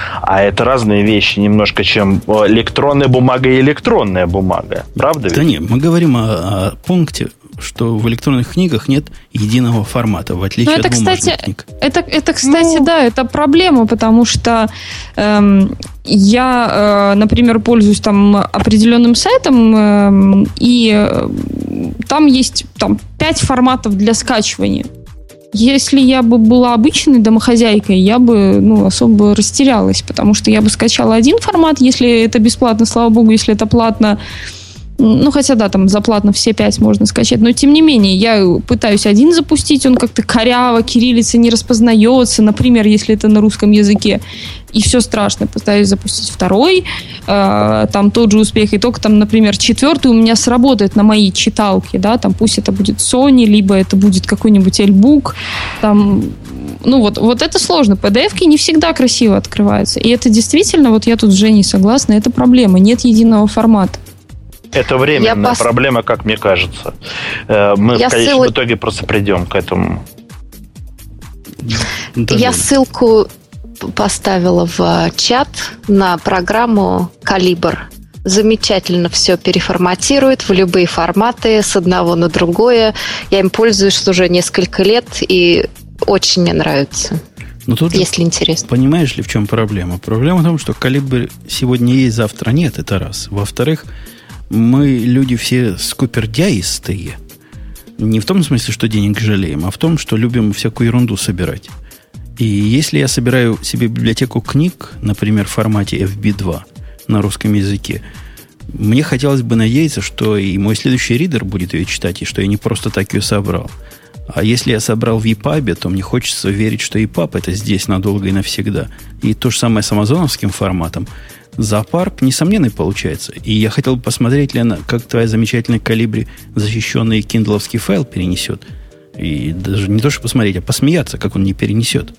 А это разные вещи немножко, чем электронная бумага и электронная бумага. Правда ведь? Да нет, мы говорим о, о пункте, что в электронных книгах нет единого формата, в отличие это, от бумажных кстати, книг. Это, это, кстати, ну... да, это проблема, потому что эм, я, э, например, пользуюсь там определенным сайтом, э, и э, там есть там, пять форматов для скачивания. Если я бы была обычной домохозяйкой, я бы ну, особо растерялась, потому что я бы скачала один формат, если это бесплатно, слава богу, если это платно. Ну, хотя, да, там заплатно все пять можно скачать. Но, тем не менее, я пытаюсь один запустить, он как-то коряво, кириллица не распознается, например, если это на русском языке. И все страшно. Пытаюсь запустить второй, э, там тот же успех. И только там, например, четвертый у меня сработает на моей читалке, да, там пусть это будет Sony, либо это будет какой-нибудь L-Book, там... Ну, вот, вот это сложно. пи ди эф-ки не всегда красиво открываются. И это действительно, вот я тут с Женей согласна, это проблема. Нет единого формата. Это временная пос... проблема, как мне кажется. Мы я в конечном ссыл... итоге просто придем к этому. Я ссылку поставила в чат на программу «Калибр». Замечательно все переформатирует в любые форматы, с одного на другое. Я им пользуюсь уже несколько лет, и очень мне нравится. Но тут если интересно. Понимаешь ли, в чем проблема? Проблема в том, что «Калибр» сегодня есть, завтра нет, это раз. Во-вторых, мы люди все скупердяистые. Не в том смысле, что денег жалеем, а в том, что любим всякую ерунду собирать. И если я собираю себе библиотеку книг, например, в формате эф би два на русском языке, мне хотелось бы надеяться, что и мой следующий ридер будет ее читать, и что я не просто так ее собрал. А если я собрал в и паб, то мне хочется верить, что и паб это здесь надолго и навсегда. И то же самое с амазоновским форматом. Зоопарк несомненный получается. И я хотел бы посмотреть, ли она, как твоя замечательная Калибри защищенный киндловский файл перенесет. И даже не то, что посмотреть, а посмеяться, как он не перенесет.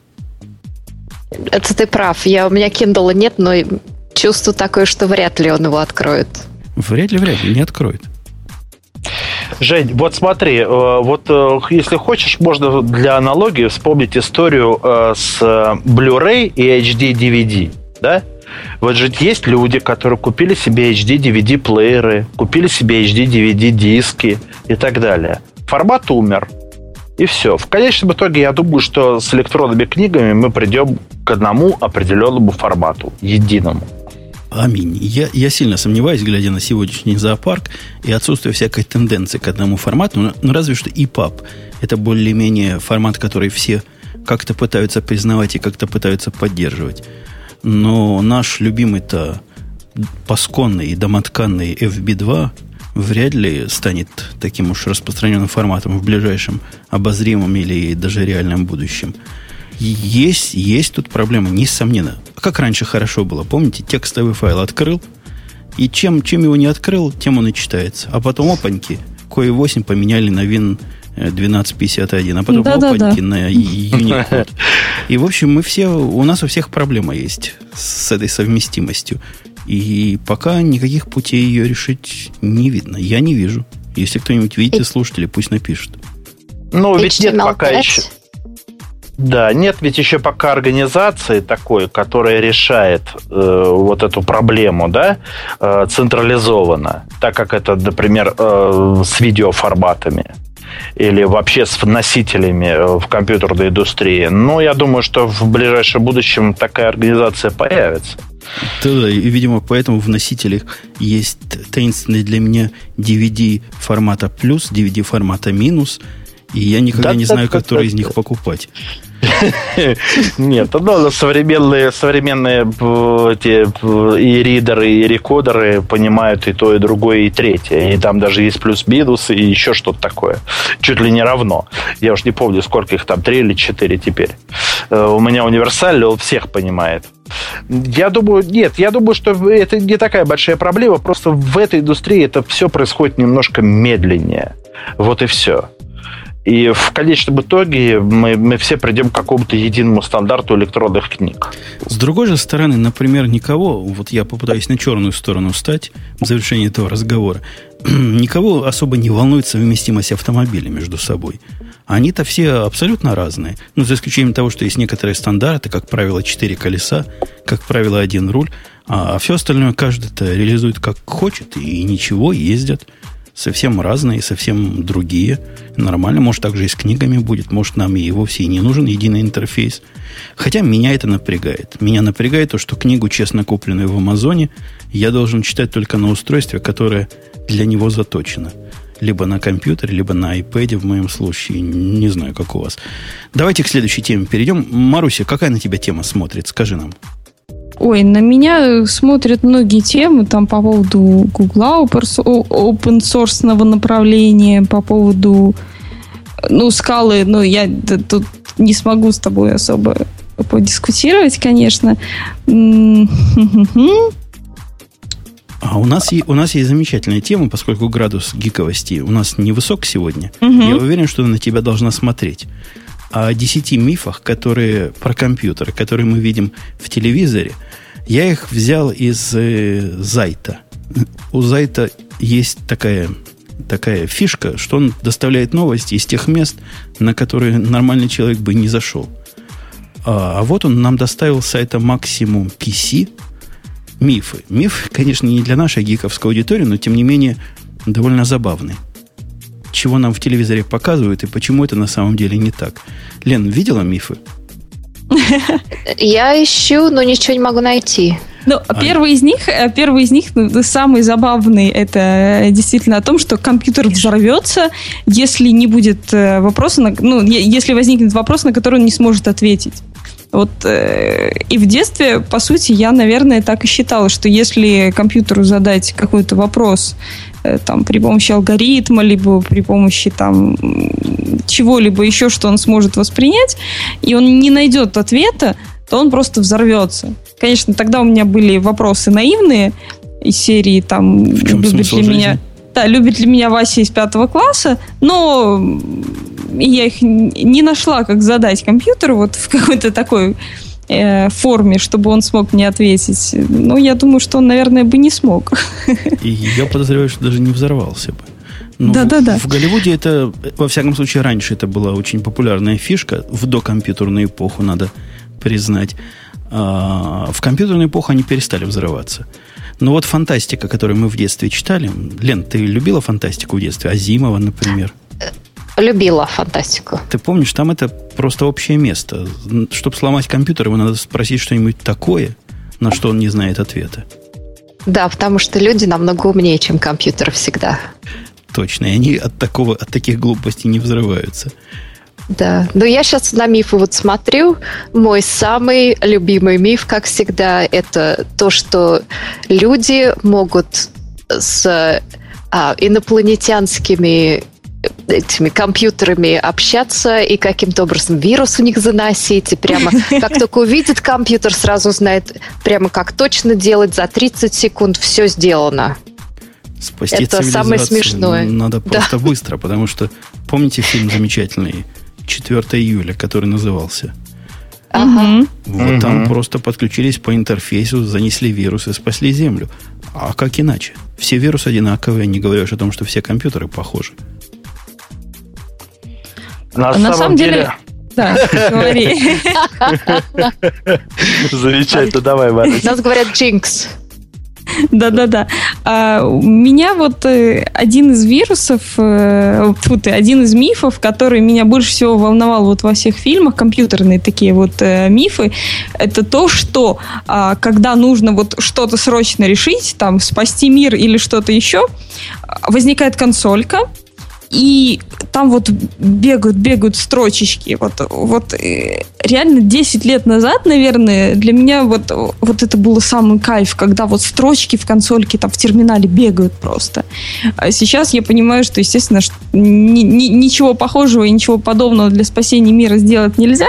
Это ты прав. Я, у меня Kindle нет, но чувство такое, что вряд ли он его откроет. Вряд ли, вряд ли, не откроет. Жень, вот смотри, вот если хочешь, можно для аналогии вспомнить историю с Blu-ray и эйч ди ди ви ди, да? Вот же есть люди, которые купили себе эйч ди ди ви ди-плееры, купили себе эйч ди ди ви ди-диски и так далее. Формат умер. И все. В конечном итоге, я думаю, что с электронными книгами мы придем к одному определенному формату, единому. Аминь. Я, я сильно сомневаюсь, глядя на сегодняшний зоопарк и отсутствие всякой тенденции к одному формату, но, но разве что и паб. Это более-менее формат, который все как-то пытаются признавать и как-то пытаются поддерживать. Но наш любимый-то пасконный и домотканный эф би два вряд ли станет таким уж распространенным форматом в ближайшем обозримом или даже реальном будущем. Есть, есть тут проблема, несомненно. Как раньше хорошо было, помните, текстовый файл открыл, и чем, чем его не открыл, тем он и читается. А потом, опаньки, кей восемь поменяли на Win двенадцать пятьдесят один, а потом, да, опаньки, да, да. на Unicode. И, в общем, мы все, у нас у всех проблема есть с этой совместимостью. И пока никаких путей ее решить не видно. Я не вижу. Если кто-нибудь видит, слушатели, пусть напишут. Ну, ведь нет пока еще. Да, нет ведь еще пока организации такой, которая решает э, вот эту проблему, да, э, централизованно, так как это, например, э, с видеоформатами или вообще с носителями в компьютерной индустрии. Но я думаю, что в ближайшем будущем такая организация появится. Да, и, видимо, поэтому в носителях есть таинственный для меня ди ви ди формата плюс, ди ви ди формата минус, и я никогда да, не да, знаю, да, который да, из да. них покупать. Нет, ну, современные, современные эти, и ридеры, и рекодеры понимают и то, и другое, и третье. И там даже есть плюс-минус, и еще что-то такое. Чуть ли не равно. Я уж не помню, сколько их там, три или четыре теперь. У меня универсальный, он всех понимает. Я думаю, нет, я думаю, что это не такая большая проблема, просто в этой индустрии это все происходит немножко медленнее. Вот и все. И в конечном итоге мы, мы все придем к какому-то единому стандарту электронных книг. С другой же стороны, например, никого, вот я попытаюсь на черную сторону встать в завершении этого разговора, никого особо не волнует совместимость автомобилей между собой. Они-то все абсолютно разные. Ну, за исключением того, что есть некоторые стандарты, как правило, четыре колеса, как правило, один руль, а все остальное каждый-то реализует как хочет, и ничего, ездят. Совсем разные, совсем другие. Нормально, может, так же и с книгами будет. Может, нам и вовсе и не нужен единый интерфейс. Хотя меня это напрягает. Меня напрягает то, что книгу, честно купленную в Амазоне, я должен читать только на устройстве, которое для него заточено. Либо на компьютере, либо на iPad в моем случае. Не знаю, как у вас. Давайте к следующей теме перейдем. Маруся, какая на тебя тема смотрит? Скажи нам. Ой, на меня смотрят многие темы там по поводу Гугла, open-source направления, по поводу, ну, скалы, ну, я да, тут не смогу с тобой особо подискутировать, конечно. А у нас, у нас есть замечательная тема, поскольку градус гиковости у нас невысок сегодня. Угу. Я уверен, что на тебя должна смотреть. О десяти мифах, которые про компьютеры, которые мы видим в телевизоре, я их взял из э, Зайта. У Зайта есть такая, такая фишка, что он доставляет новости из тех мест, на которые нормальный человек бы не зашел. А, а вот он нам доставил с сайта Maximum пи си мифы. Миф, конечно, не для нашей гиковской аудитории, но, тем не менее, довольно забавный. Чего нам в телевизоре показывают и почему это на самом деле не так. Лен, видела мифы? Я ищу, но ничего не могу найти. Ну, а... первый из них, первый из них, ну, самый забавный, это действительно о том, что компьютер взорвется, если не будет вопроса, на, ну, если возникнет вопрос, на который он не сможет ответить. Вот, э, и в детстве, по сути, я, наверное, так и считала, что если компьютеру задать какой-то вопрос э, там, при помощи алгоритма, либо при помощи там, чего-либо еще, что он сможет воспринять, и он не найдет ответа, то он просто взорвется. Конечно, тогда у меня были вопросы наивные из серии там, любит ли меня, да, любит ли меня Вася из пятого класса, но я их не нашла, как задать компьютеру вот в какой-то такой э, форме, чтобы он смог мне ответить. Ну, я думаю, что он, наверное, бы не смог. И я подозреваю, что даже не взорвался бы. Да-да-да. В, в Голливуде это, во всяком случае, раньше это была очень популярная фишка. В докомпьютерную эпоху, надо признать. А в компьютерную эпоху они перестали взрываться. Но вот фантастика, которую мы в детстве читали... Лен, ты любила фантастику в детстве? Азимова, например? Любила фантастику. Ты помнишь, там это просто общее место. Чтобы сломать компьютер, его надо спросить что-нибудь такое, на что он не знает ответа. Да, потому что люди намного умнее, чем компьютер всегда. Точно, и они от, такого, от таких глупостей не взрываются. Да, но я сейчас на мифы вот смотрю. Мой самый любимый миф, как всегда, это то, что люди могут с а, инопланетянскими этими компьютерами общаться и каким-то образом вирус у них заносить. И прямо как только увидит компьютер, сразу знает прямо как точно делать. За тридцать секунд все сделано. Спасти это самое смешное. Надо просто да. быстро, потому что помните фильм замечательный четвёртого июля, который назывался? Ага. Вот угу. Там просто подключились по интерфейсу, занесли вирус и спасли Землю. А как иначе? Все вирусы одинаковые, не говоря уж о том, что все компьютеры похожи. На, На самом, самом деле... деле... Да, говори. Замечательно, давай, Мария. У нас говорят джинкс. Да-да-да. А, у меня вот э, один из вирусов, э, фу ты, один из мифов, который меня больше всего волновал вот во всех фильмах, компьютерные такие вот э, мифы, это то, что э, когда нужно вот что-то срочно решить, там, спасти мир или что-то еще, возникает консолька, и там вот бегают, бегают строчечки. Вот, вот реально десять лет назад, наверное, для меня вот, вот это было самый кайф, когда вот строчки в консольке там в терминале бегают просто. А сейчас я понимаю, что, естественно, что ни, ни, ничего похожего и ничего подобного для спасения мира сделать нельзя.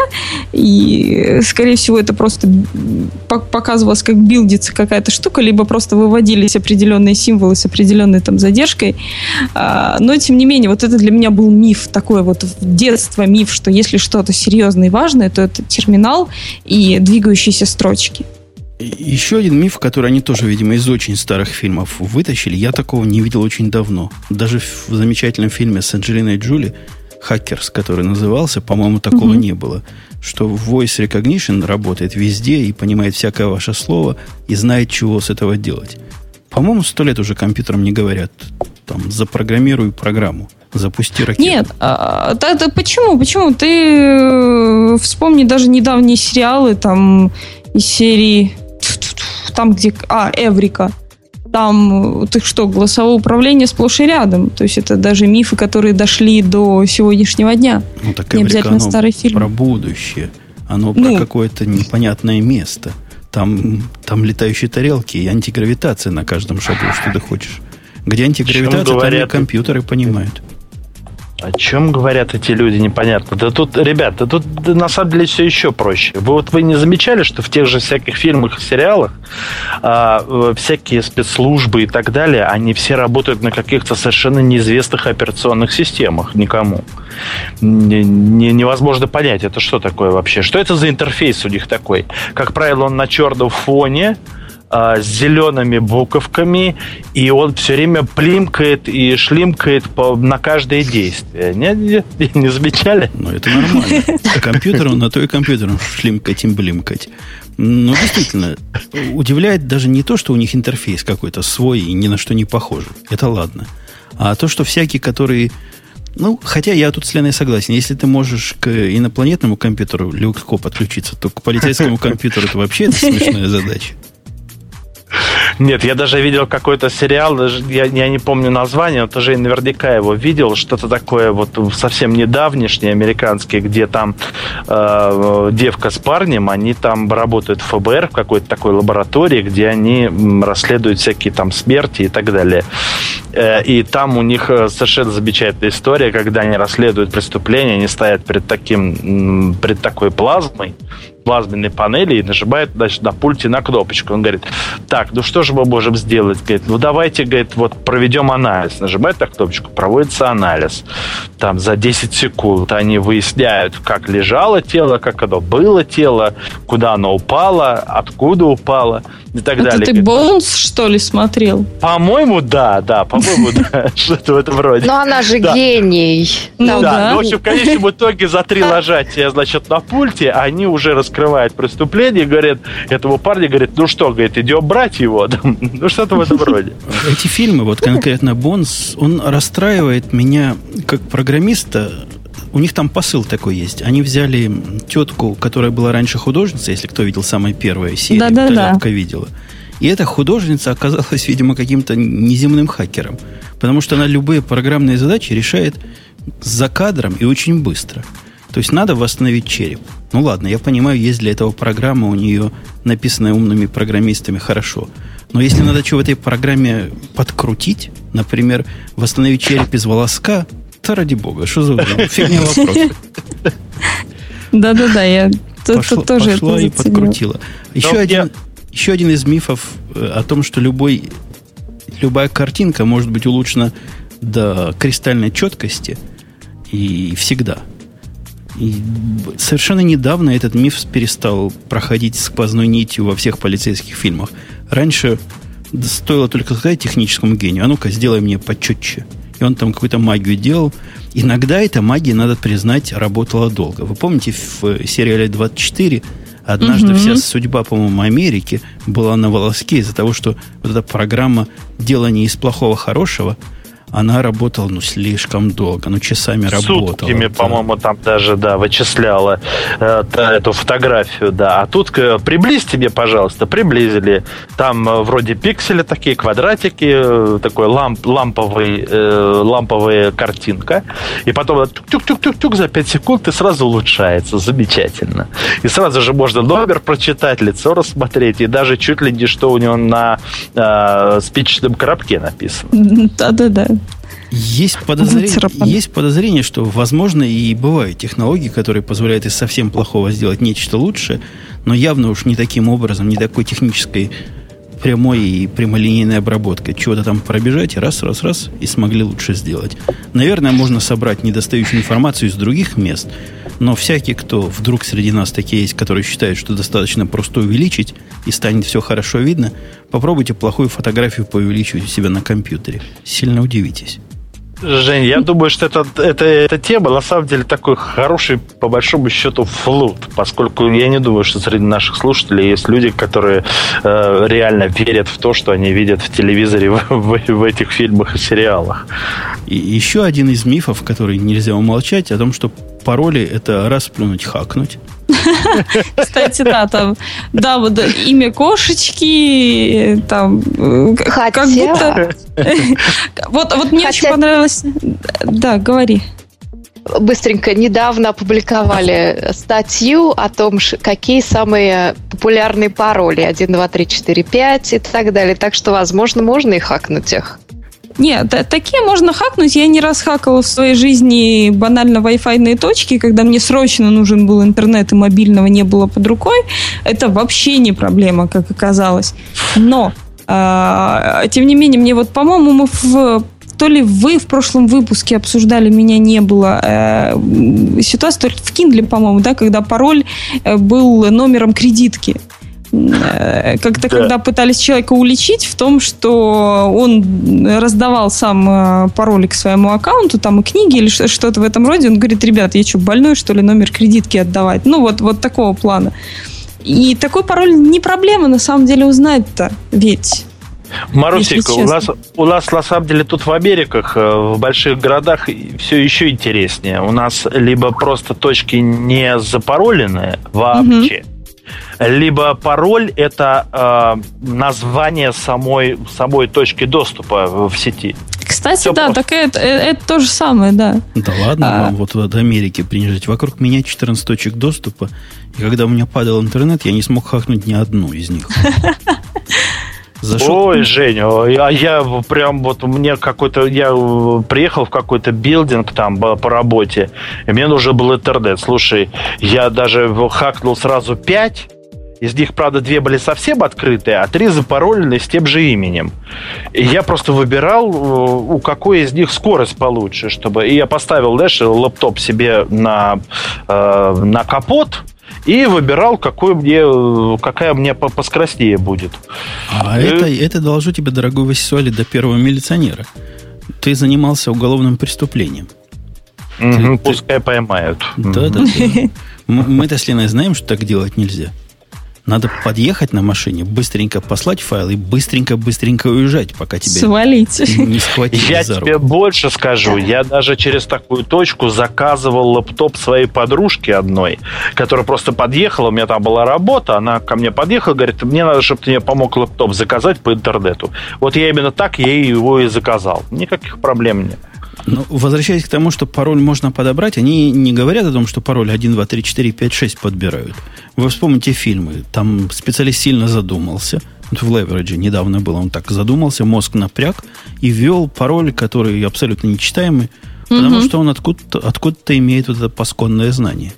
И, скорее всего, это просто показывалось, как билдится какая-то штука, либо просто выводились определенные символы с определенной там задержкой. Но, тем не менее, вот это для меня был миф, такой вот в детство миф, что если что-то серьезное и важное, то это терминал и двигающиеся строчки. Еще один миф, который они тоже, видимо, из очень старых фильмов вытащили, я такого не видел очень давно. Даже в замечательном фильме с Анджелиной Джоли «Хакерс», который назывался, по-моему, такого mm-hmm. не было. Что Voice Recognition работает везде и понимает всякое ваше слово и знает, чего с этого делать. По-моему, сто лет уже компьютерам не говорят, там, запрограммируй программу, запусти ракету. Нет, а, да, да, почему? Почему? Ты э, вспомни даже недавние сериалы, там, из серии, там, где, а, Эврика. Там, ты что, голосовое управление сплошь и рядом. То есть это даже мифы, которые дошли до сегодняшнего дня. Ну, так не Эврика, обязательно старый фильм. Про будущее. Оно ну, про какое-то непонятное место. Там, там летающие тарелки и антигравитация на каждом шагу, что ты хочешь. Где антигравитация, там и компьютеры понимают. О чем говорят эти люди, непонятно. Да тут, ребят, да тут да, на самом деле все еще проще. Вы вот вы не замечали, что в тех же всяких фильмах и сериалах а, всякие спецслужбы и так далее, они все работают на каких-то совершенно неизвестных операционных системах никому. Не, не, невозможно понять, это что такое вообще. Что это за интерфейс у них такой? Как правило, он на черном фоне, с зелеными буковками, и он все время плимкает и шлимкает по, на каждое действие. Не, не, не замечали? Ну, это нормально. Компьютер, он на то и компьютером шлимкать и блимкать. Ну, действительно, удивляет даже не то, что у них интерфейс какой-то свой и ни на что не похожий. Это ладно. А то, что всякие, которые... Ну, хотя я тут с Леной согласен. Если ты можешь к инопланетному компьютеру легко подключиться, то к полицейскому компьютеру это вообще смешная задача. Нет, я даже видел какой-то сериал, я, я не помню название, но тоже наверняка его видел, что-то такое вот совсем недавнешнее, американское, где там э, девка с парнем, они там работают в эф бэ эр, в какой-то такой лаборатории, где они расследуют всякие там смерти и так далее. Э, и там у них совершенно замечательная история, когда они расследуют преступления, они стоят перед таким, перед такой плазмой, плазменной панели и нажимает, значит, на пульте на кнопочку. Он говорит, так, ну что же мы можем сделать? Говорит, ну давайте, говорит, вот проведем анализ. Нажимает на кнопочку, проводится анализ. Там за десять секунд они выясняют, как лежало тело, как оно было тело, куда оно упало, откуда упало и так это далее. Ты Боунс, что ли, смотрел? По-моему, да, да, по-моему, да, что-то в этом роде. Но она же гений. Ну да. Ну, в общем, в конечном итоге за три нажатия, значит, на пульте они уже раскрывают преступление и говорят, этому парню говорит, ну что, говорит, идем брать его. Ну, что-то в этом роде. Эти фильмы, вот конкретно Бонс, он расстраивает меня как программиста. У них там посыл такой есть. Они взяли тетку, которая была раньше художницей, если кто видел самые первые серии, да, да, Талябка видела. И эта художница оказалась, видимо, каким-то неземным хакером. Потому что она любые программные задачи решает за кадром и очень быстро. То есть надо восстановить череп. Ну ладно, я понимаю, есть для этого программа, у нее написанная умными программистами, хорошо. Но если надо что в этой программе подкрутить, например, восстановить череп из волоска, то ради бога, что за фигня вопрос. Да-да-да, я Пошло, тоже пошла это и подкрутила. Еще один, я... еще один из мифов о том, что любой, любая картинка может быть улучшена до кристальной четкости и всегда. И совершенно недавно этот миф перестал проходить сквозной нитью во всех полицейских фильмах. Раньше стоило только сказать техническому гению, а ну-ка, сделай мне почетче. и он там какую-то магию делал. Иногда эта магия, надо признать, работала долго. Вы помните, в сериале двадцать четыре однажды угу. вся судьба, по-моему, Америки была на волоске из-за того, что вот эта программа «Делание из плохого хорошего», она работала, ну, слишком долго, ну, часами работала. Сутками, да. по-моему, там даже, да, вычисляла э, та, эту фотографию, да. А тут э, приблизьте мне, пожалуйста, приблизили. Там э, вроде пиксели такие, квадратики, э, такой ламп, ламповый, э, ламповая картинка. И потом тюк-тюк-тюк-тюк за пять секунд и сразу улучшается. Замечательно. И сразу же можно номер прочитать, лицо рассмотреть, и даже чуть ли не что у него на э, спичечном коробке написано. Да-да-да. Есть подозрение, есть подозрение, что, возможно, и бывают технологии, которые позволяют из совсем плохого сделать нечто лучшее, но явно уж не таким образом, не такой технической прямой и прямолинейной обработкой. Чего-то там пробежать, и раз, раз, раз, и смогли лучше сделать. Наверное, можно собрать недостающую информацию из других мест, но всякий, кто вдруг среди нас такие есть, которые считают, что достаточно просто увеличить, и станет все хорошо видно, попробуйте плохую фотографию поувеличивать у себя на компьютере. Сильно удивитесь. Жень, я думаю, что это, это, эта тема на самом деле такой хороший, по большому счету, флут, поскольку я не думаю, что среди наших слушателей есть люди, которые э, реально верят в то, что они видят в телевизоре в, в, в этих фильмах и сериалах. И еще один из мифов, который нельзя умолчать, о том, что пароли – это расплюнуть, хакнуть. Кстати, да, там, да, вот имя кошечки, там, Хотя... как будто... Вот, вот мне Хотя... очень понравилось... Да, говори. Быстренько, недавно опубликовали статью о том, какие самые популярные пароли. один, два, три, четыре, пять и так далее. Так что, возможно, можно и хакнуть их. Нет, такие можно хакнуть. Я не раз хакала в своей жизни банально Wi-Fi точки, когда мне срочно нужен был интернет и мобильного не было под рукой. Это вообще не проблема, как оказалось. Но, э, тем не менее, мне вот, по-моему, мы в... То ли вы в прошлом выпуске обсуждали, меня не было, э, ситуацию в Kindle, по-моему, да, когда пароль был номером кредитки. Как-то, да. Когда пытались человека уличить в том, что он раздавал сам пароли к своему аккаунту, там и книги или что-то в этом роде, он говорит: ребят, я что, больной, что ли, номер кредитки отдавать? Ну, вот, вот такого плана. И такой пароль не проблема, на самом деле, узнать-то, ведь... Марусик, у нас, у нас на самом деле тут в Америках, в больших городах все еще интереснее. У нас либо просто точки не запароленные вообще, угу. Либо пароль – это э, название самой, самой точки доступа в сети. Кстати, Все да, просто. так это, это то же самое, да. Да ладно, а... вам вот в Америке принижать. Вокруг меня четырнадцать точек доступа, и когда у меня падал интернет, я не смог хакнуть ни одну из них. Зашел... Ой, Женя, а я прям вот мне какой-то, я приехал в какой-то билдинг там по работе, и мне нужен был интернет. Слушай, я даже хакнул сразу пять. Из них, правда, две были совсем открытые, а три запаролены с тем же именем. И я просто выбирал, у какой из них скорость получше, чтобы... И я поставил, знаешь, лэптоп себе на, э, на капот и выбирал, какой мне, какая мне поскоростнее будет. А и... это, это доложу тебе, дорогой Васисуали, до первого милиционера. Ты занимался уголовным преступлением. Угу, ты, пускай ты... поймают. Да-да-да. Мы-то с Леной знаем, что так делать нельзя. Надо подъехать на машине, быстренько послать файл и быстренько-быстренько уезжать, пока тебя свалить. не схватили Я за руку. тебе больше скажу. Я даже через такую точку заказывал лэптоп своей подружки одной, которая просто подъехала, у меня там была работа, она ко мне подъехала, говорит: мне надо, чтобы ты мне помог лэптоп заказать по интернету. Вот я именно так ей его и заказал. Никаких проблем нет. Но, возвращаясь к тому, что пароль можно подобрать, они не говорят о том, что пароль один, два, три, четыре, пять, шесть подбирают. Вы вспомните фильмы. Там специалист сильно задумался. Вот в Leverage недавно было. Он так задумался, мозг напряг и ввел пароль, который абсолютно нечитаемый, mm-hmm. потому что он откуда-то, откуда-то имеет вот это пасконное знание.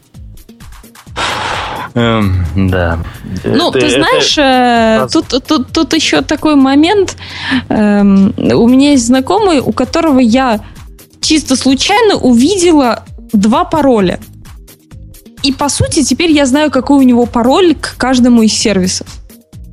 Эм, да. Ну, это, ты знаешь, это... тут, тут, тут еще такой момент. Эм, у меня есть знакомый, у которого я чисто случайно увидела два пароля. И, по сути, теперь я знаю, какой у него пароль к каждому из сервисов.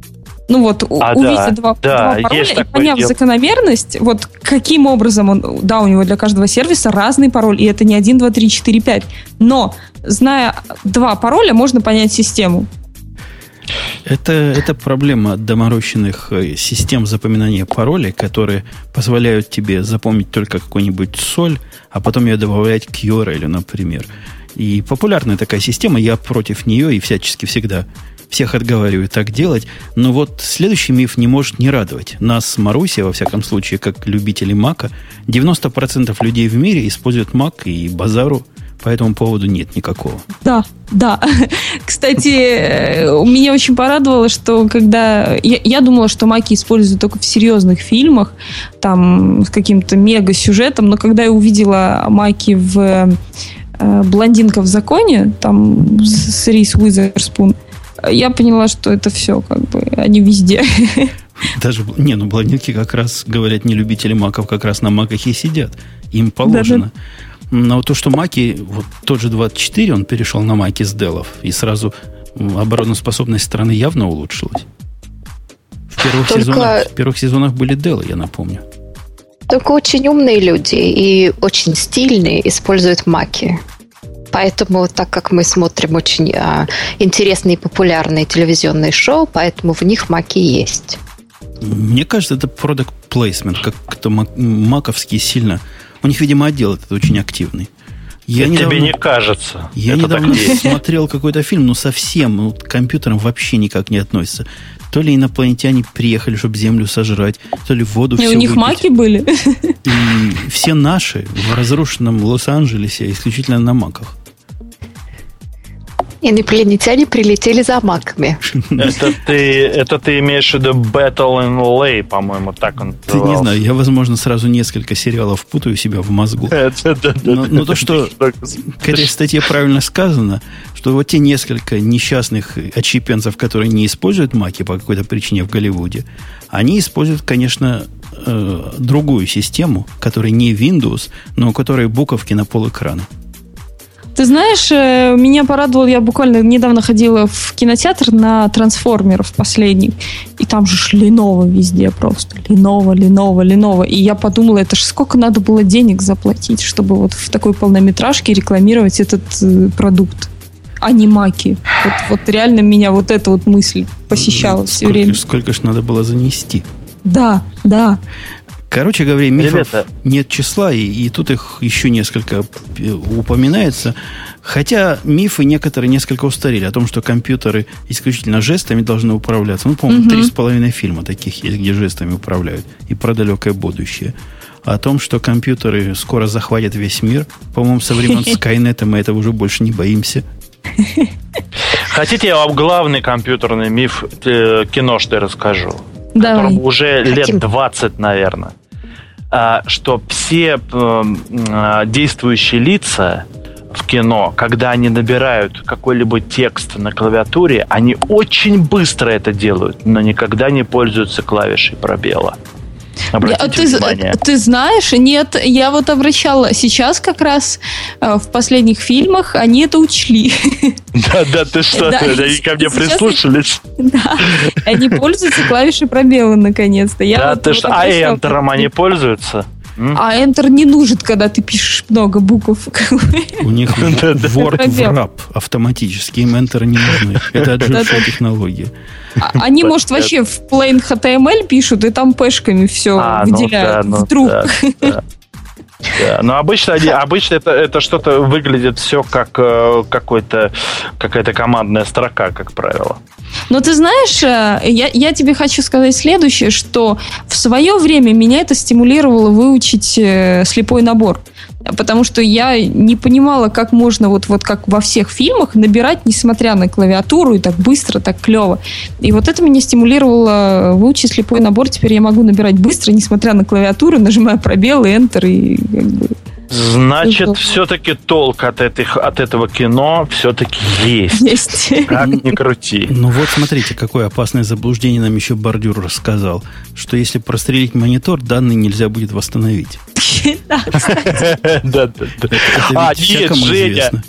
Ну вот, а, увидев да, два, да, два пароля и поняв дело. закономерность, вот каким образом он, да, у него для каждого сервиса разный пароль, и это не один, два, три, четыре, пять. Но, зная два пароля, можно понять систему. Это, это проблема доморощенных систем запоминания паролей, которые позволяют тебе запомнить только какую-нибудь соль, а потом ее добавлять к ю ар эл, например. И популярная такая система, я против нее и всячески всегда всех отговариваю так делать. Но вот следующий миф не может не радовать. Нас с Марусей, во всяком случае, как любителей Мака, девяносто процентов людей в мире используют Мак, и базару по этому поводу нет никакого. Да, да. Кстати, меня очень порадовало, что когда... Я, я думала, что маки используют только в серьезных фильмах, там, с каким-то мега-сюжетом, но когда я увидела маки в э, «Блондинка в законе», там, с, с Риз Уизерспун, я поняла, что это все, как бы, они везде. Даже, не, ну, блондинки как раз, говорят, не любители маков, как раз на маках и сидят. Им положено. Да-да. Но то, что маки, вот тот же двадцать четыре, он перешел на маки с делов, и сразу обороноспособность страны явно улучшилась. В первых, Только... сезонах, в первых сезонах были делы, я напомню. Только очень умные люди и очень стильные используют маки. Поэтому, так как мы смотрим очень а, интересные и популярные телевизионные шоу, поэтому в них маки есть. Мне кажется, это product placement, как-то маковские сильно... У них, видимо, отдел этот очень активный. Я Тебе недавно, не кажется. Я это недавно смотрел какой-то фильм, но совсем ну, к компьютерам вообще никак не относится. То ли инопланетяне приехали, чтобы Землю сожрать, то ли воду все у них выпить. маки были. И все наши в разрушенном Лос-Анджелесе исключительно на маках. Инопланетяне прилетели за маками. Это ты, это ты имеешь в виду Battle in Lay, по-моему, так он Ты не знаю, я, возможно, сразу несколько сериалов путаю себя в мозгу. Но, но то, что к этой статье правильно сказано, что вот те несколько несчастных отщепенцев, которые не используют маки по какой-то причине в Голливуде, они используют, конечно, другую систему, которая не Windows, но у которой буковки на полэкрана. Ты знаешь, меня порадовал, я буквально недавно ходила в кинотеатр на «Трансформеров» последний, и там же Lenovo везде просто. Lenovo, Lenovo, Lenovo. И я подумала, это же сколько надо было денег заплатить, чтобы вот в такой полнометражке рекламировать этот э, продукт, а не маки. Вот, вот реально меня вот эта вот мысль посещала все сколько, время. Сколько ж надо было занести? Да, да. Короче говоря, мифов Ребята. нет числа, и, и тут их еще несколько упоминается. Хотя мифы некоторые несколько устарели о том, что компьютеры исключительно жестами должны управляться. Ну, по-моему, три с половиной фильма таких есть, где жестами управляют. И про далекое будущее. О том, что компьютеры скоро захватят весь мир. По-моему, со времен Скайнета мы этого уже больше не боимся. Хотите, я вам главный компьютерный миф э, кино, что я расскажу? Давай. Которому уже лет двадцать, наверное. Что все действующие лица в кино, когда они набирают какой-либо текст на клавиатуре, они очень быстро это делают, но никогда не пользуются клавишей пробела. Обратите а ты, внимание. Ты знаешь, нет, я вот обращала сейчас как раз э, в последних фильмах они это учли. Да, да, ты что, да, они ко мне прислушались? Да, они пользуются клавишей пробела наконец-то. Да, ты что, а Enter они пользуются? А Enter не нужен, когда ты пишешь много букв. У них Word wrap автоматически, им Enter не нужны. Это отжившая технология. Они, может, вообще в plain эйч ти эм эль пишут, и там пэшками все а, выделяют. Ну, да, вдруг. Да, да. Да, но обычно, обычно это, это что-то выглядит все как э, какой-то, какая-то командная строка, как правило. Но ты знаешь, я, я тебе хочу сказать следующее, что в свое время меня это стимулировало выучить э, слепой набор. Потому что я не понимала, как можно, вот, вот как во всех фильмах, набирать, несмотря на клавиатуру, и так быстро, так клево. И вот это меня стимулировало выучить слепой набор. Теперь я могу набирать быстро, несмотря на клавиатуру, нажимая пробел и Enter. И, как бы... Значит, ну, все-таки толк от, этих, от этого кино все-таки есть. Есть. Как ни крути. Ну вот смотрите, какое опасное заблуждение нам еще Бордюр рассказал. Что если прострелить монитор, данные нельзя будет восстановить. Да, кстати. Да, да, да. А, нет, Женя.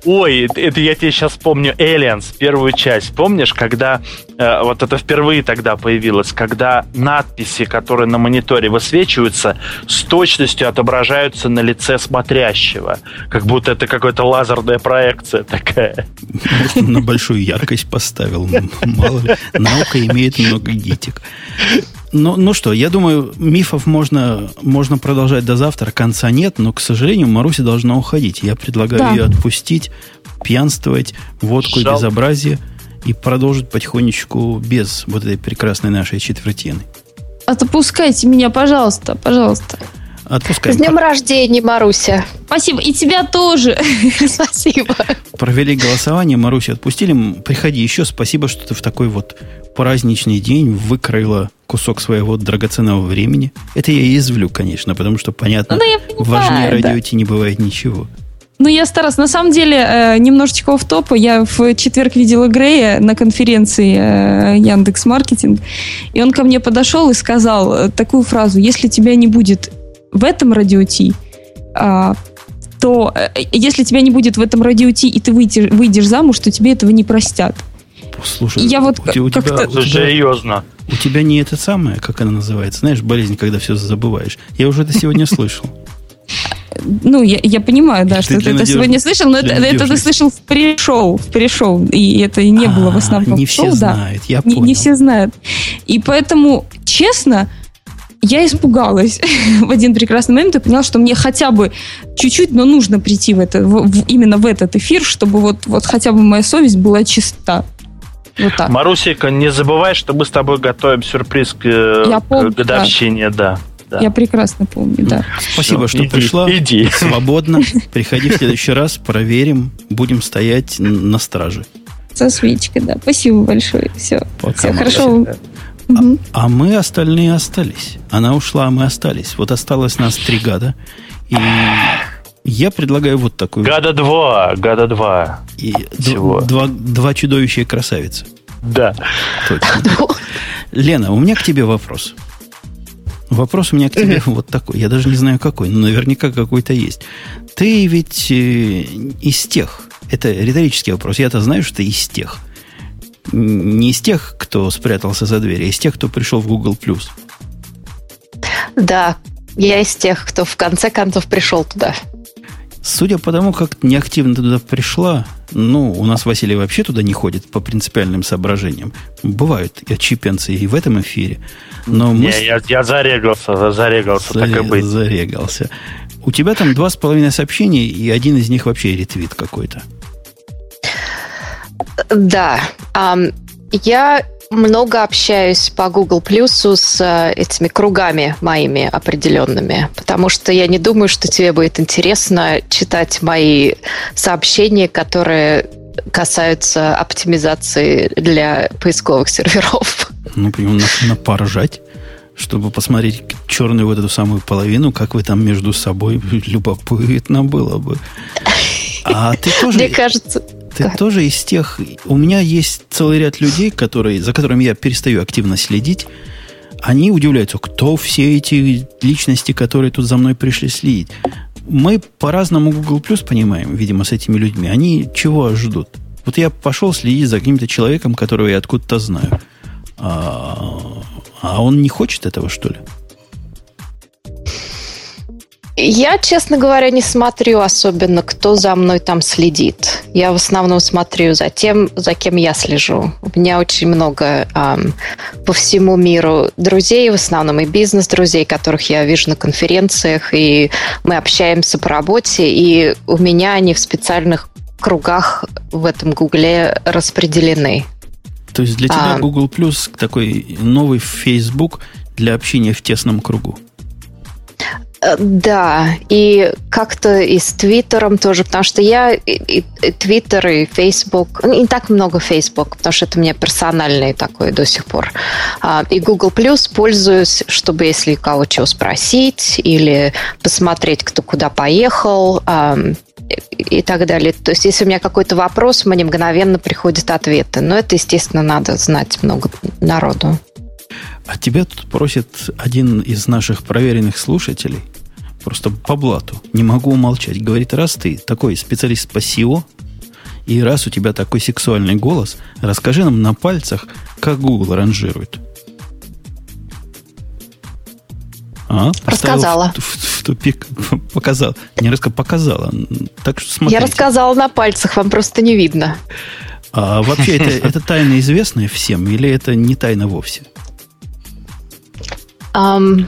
Ой, это я тебе сейчас помню Aliens, первую часть. Помнишь, когда э, вот это впервые тогда появилось, когда надписи, которые на мониторе высвечиваются, с точностью отображаются на лице смотрящего. Как будто это какая-то лазерная проекция такая. Может, на большую яркость поставил. Мало ли. Наука имеет много гитик. Ну, ну что, я думаю, мифов можно, можно продолжать до завтра, конца нет, но, к сожалению, Маруся должна уходить. Я предлагаю да. ее отпустить, пьянствовать, водку Шал. и безобразие, и продолжить потихонечку без вот этой прекрасной нашей четвертины. Отпускайте меня, пожалуйста, пожалуйста. Отпускаем. С днем рождения, Маруся. Спасибо. И тебя тоже. Спасибо. Провели голосование, Маруся отпустили. Приходи еще. Спасибо, что ты в такой вот праздничный день выкроила кусок своего драгоценного времени. Это я извлю, конечно, потому что, понятно, ну, понимаю, важнее да. радио Ти не бывает ничего. Ну, я старалась. На самом деле, немножечко офф-топа. Я в четверг видела Грея на конференции Яндекс.Маркетинг, и он ко мне подошел и сказал такую фразу: если тебя не будет в этом радио Ти, а, то если тебя не будет в этом радио Ти, и ты выйдешь, выйдешь замуж, то тебе этого не простят. Слушай, я вот у, у, тебя, у, серьезно. У тебя не это самое, как она называется, знаешь, болезнь, когда все забываешь. Я уже это сегодня слышал. Ну, я, я понимаю, да, что ты это сегодня слышал, но это, это ты слышал в пришоу, в пришоу, и это не было в основном. Не все знают, я не, понял. Не все знают. И поэтому, честно, я испугалась в один прекрасный момент и поняла, что мне хотя бы чуть-чуть, но нужно прийти в это, в, в, именно в этот эфир, чтобы вот, вот хотя бы моя совесть была чиста. Вот так. Марусика, не забывай, что мы с тобой готовим сюрприз к, помню, к годовщине, да. да. Я прекрасно помню, да. Спасибо, что иди, пришла. Иди. Свободно. Приходи в следующий раз, проверим, будем стоять на страже. Со свечкой, да. Спасибо большое. Все, Пока, все хорошо. А, угу. а мы остальные остались. Она ушла, а мы остались. Вот осталось нас три гада. И я предлагаю вот такую. Гада два. Гада два. И всего. Два, два чудовища и красавицы. Да. Точно. Лена, у меня к тебе вопрос. Вопрос у меня к тебе угу. вот такой. Я даже не знаю какой, но наверняка какой-то есть. Ты ведь э, из тех. Это риторический вопрос. Я-то знаю, что ты из тех. Не из тех, кто спрятался за дверью, а из тех, кто пришел в Google+. Да, я из тех, кто в конце концов пришел туда. Судя по тому, как неактивно туда пришла, ну, у нас Василий вообще туда не ходит по принципиальным соображениям. Бывают отщепенцы и в этом эфире. Но мы... Не, я, я зарегался, зарегался, Заре... так и быть. Зарегался. У тебя там два с половиной сообщения, и один из них вообще ретвит какой-то. Да. Я много общаюсь по Google Плюсу с этими кругами моими определенными, потому что я не думаю, что тебе будет интересно читать мои сообщения, которые касаются оптимизации для поисковых серверов. Ну, прям на, на поржать, чтобы посмотреть черную вот эту самую половину, как вы там между собой. Любопытно было бы. А ты тоже... Мне кажется... Ты как? Тоже из тех... У меня есть целый ряд людей, которые, за которыми я перестаю активно следить. Они удивляются, кто все эти личности, которые тут за мной пришли следить. Мы по-разному Google Plus понимаем, видимо, с этими людьми. Они чего ждут? Вот я пошел следить за каким-то человеком, которого я откуда-то знаю. А, а он не хочет этого, что ли? Я, честно говоря, не смотрю особенно, кто за мной там следит. Я в основном смотрю за тем, за кем я слежу. У меня очень много эм, по всему миру друзей, в основном и бизнес-друзей, которых я вижу на конференциях, и мы общаемся по работе, и у меня они в специальных кругах в этом Гугле распределены. То есть для тебя а, Google Plus такой новый Facebook для общения в тесном кругу? Да, и как-то и с Твиттером тоже, потому что я и Твиттер, и Фейсбук, не так много Фейсбук, потому что это у меня персональный такой до сих пор. И Google Plus пользуюсь, чтобы если у кого чего спросить, или посмотреть, кто куда поехал, и так далее. То есть, если у меня какой-то вопрос, мне мгновенно приходят ответы. Но это, естественно, надо знать много народу. А тебя тут просит один из наших проверенных слушателей, просто по блату, не могу умолчать. Говорит, раз ты такой специалист по сео, И раз у тебя такой сексуальный голос, расскажи нам на пальцах, как Google ранжирует. А, рассказала. В, в, в тупик. Показала. Не рассказала, показала. Так что смотрите. Я рассказала на пальцах, вам просто не видно. А вообще это, это тайна известная всем или это не тайна вовсе? Um,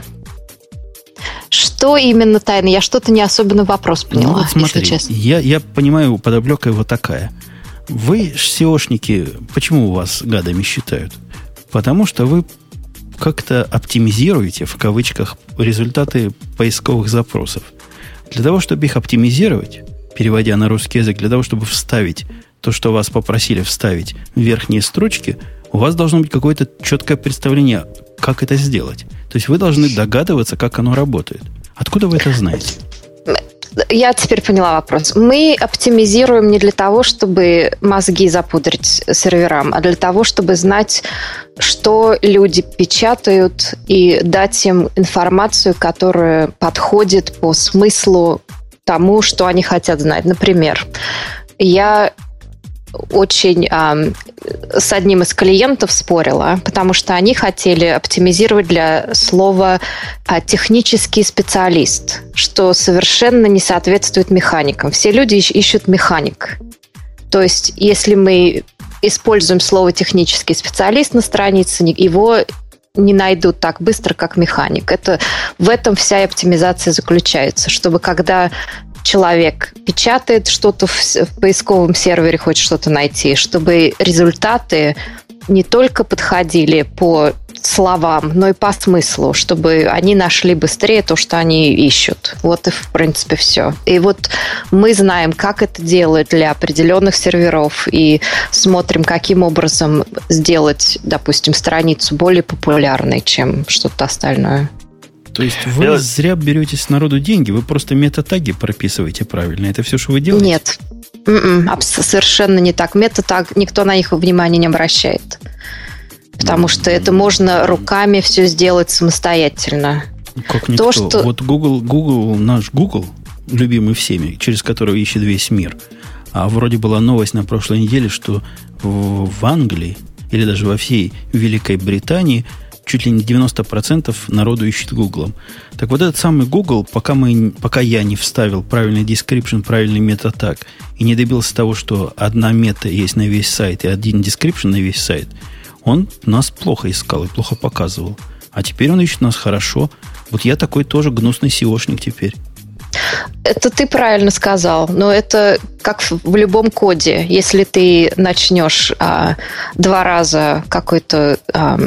что именно тайна? Я что-то не особенно вопрос поняла, ну, вот смотри, если честно. Я, я понимаю, подоплека его такая. Вы, сеошники, почему вас гадами считают? Потому что вы как-то оптимизируете, в кавычках, результаты поисковых запросов. Для того, чтобы их оптимизировать, переводя на русский язык, для того, чтобы вставить то, что вас попросили вставить в верхние строчки, у вас должно быть какое-то четкое представление, как это сделать. То есть вы должны догадываться, как оно работает. Откуда вы это знаете? Я теперь поняла вопрос. Мы оптимизируем не для того, чтобы мозги запудрить серверам, а для того, чтобы знать, что люди печатают, и дать им информацию, которая подходит по смыслу тому, что они хотят знать. Например, я очень э, с одним из клиентов спорила, потому что они хотели оптимизировать для слова э, «технический специалист», что совершенно не соответствует механикам. Все люди ищут механик. То есть, если мы используем слово «технический специалист» на странице, его не найдут так быстро, как механик. Это, в этом вся оптимизация заключается, чтобы когда человек печатает что-то в, в поисковом сервере, хочет что-то найти, чтобы результаты не только подходили по словам, но и по смыслу, чтобы они нашли быстрее то, что они ищут. Вот и, в принципе, все. И вот мы знаем, как это делать для определенных серверов, и смотрим, каким образом сделать, допустим, страницу более популярной, чем что-то остальное. То есть вы Я... зря берете с народу деньги, вы просто метатаги прописываете правильно. Это все, что вы делаете? Нет. Mm-mm, совершенно не так. Метатаг, никто на них внимания не обращает. Потому что это можно руками все сделать самостоятельно. Как никто. То, что... Вот Google, Google, наш Google, любимый всеми, через которого ищет весь мир. А вроде была новость на прошлой неделе, что в, в Англии или даже во всей Великой Британии чуть ли не девяносто процентов народу ищет Гуглом. Так вот этот самый Google, пока, мы, пока я не вставил правильный description, правильный мета-таг, и не добился того, что одна мета есть на весь сайт и один description на весь сайт, он нас плохо искал и плохо показывал. А теперь он ищет нас хорошо. Вот я такой тоже гнусный сеошник теперь. Это ты правильно сказал, но это как в любом коде. Если ты начнешь а, два раза какой-то... А,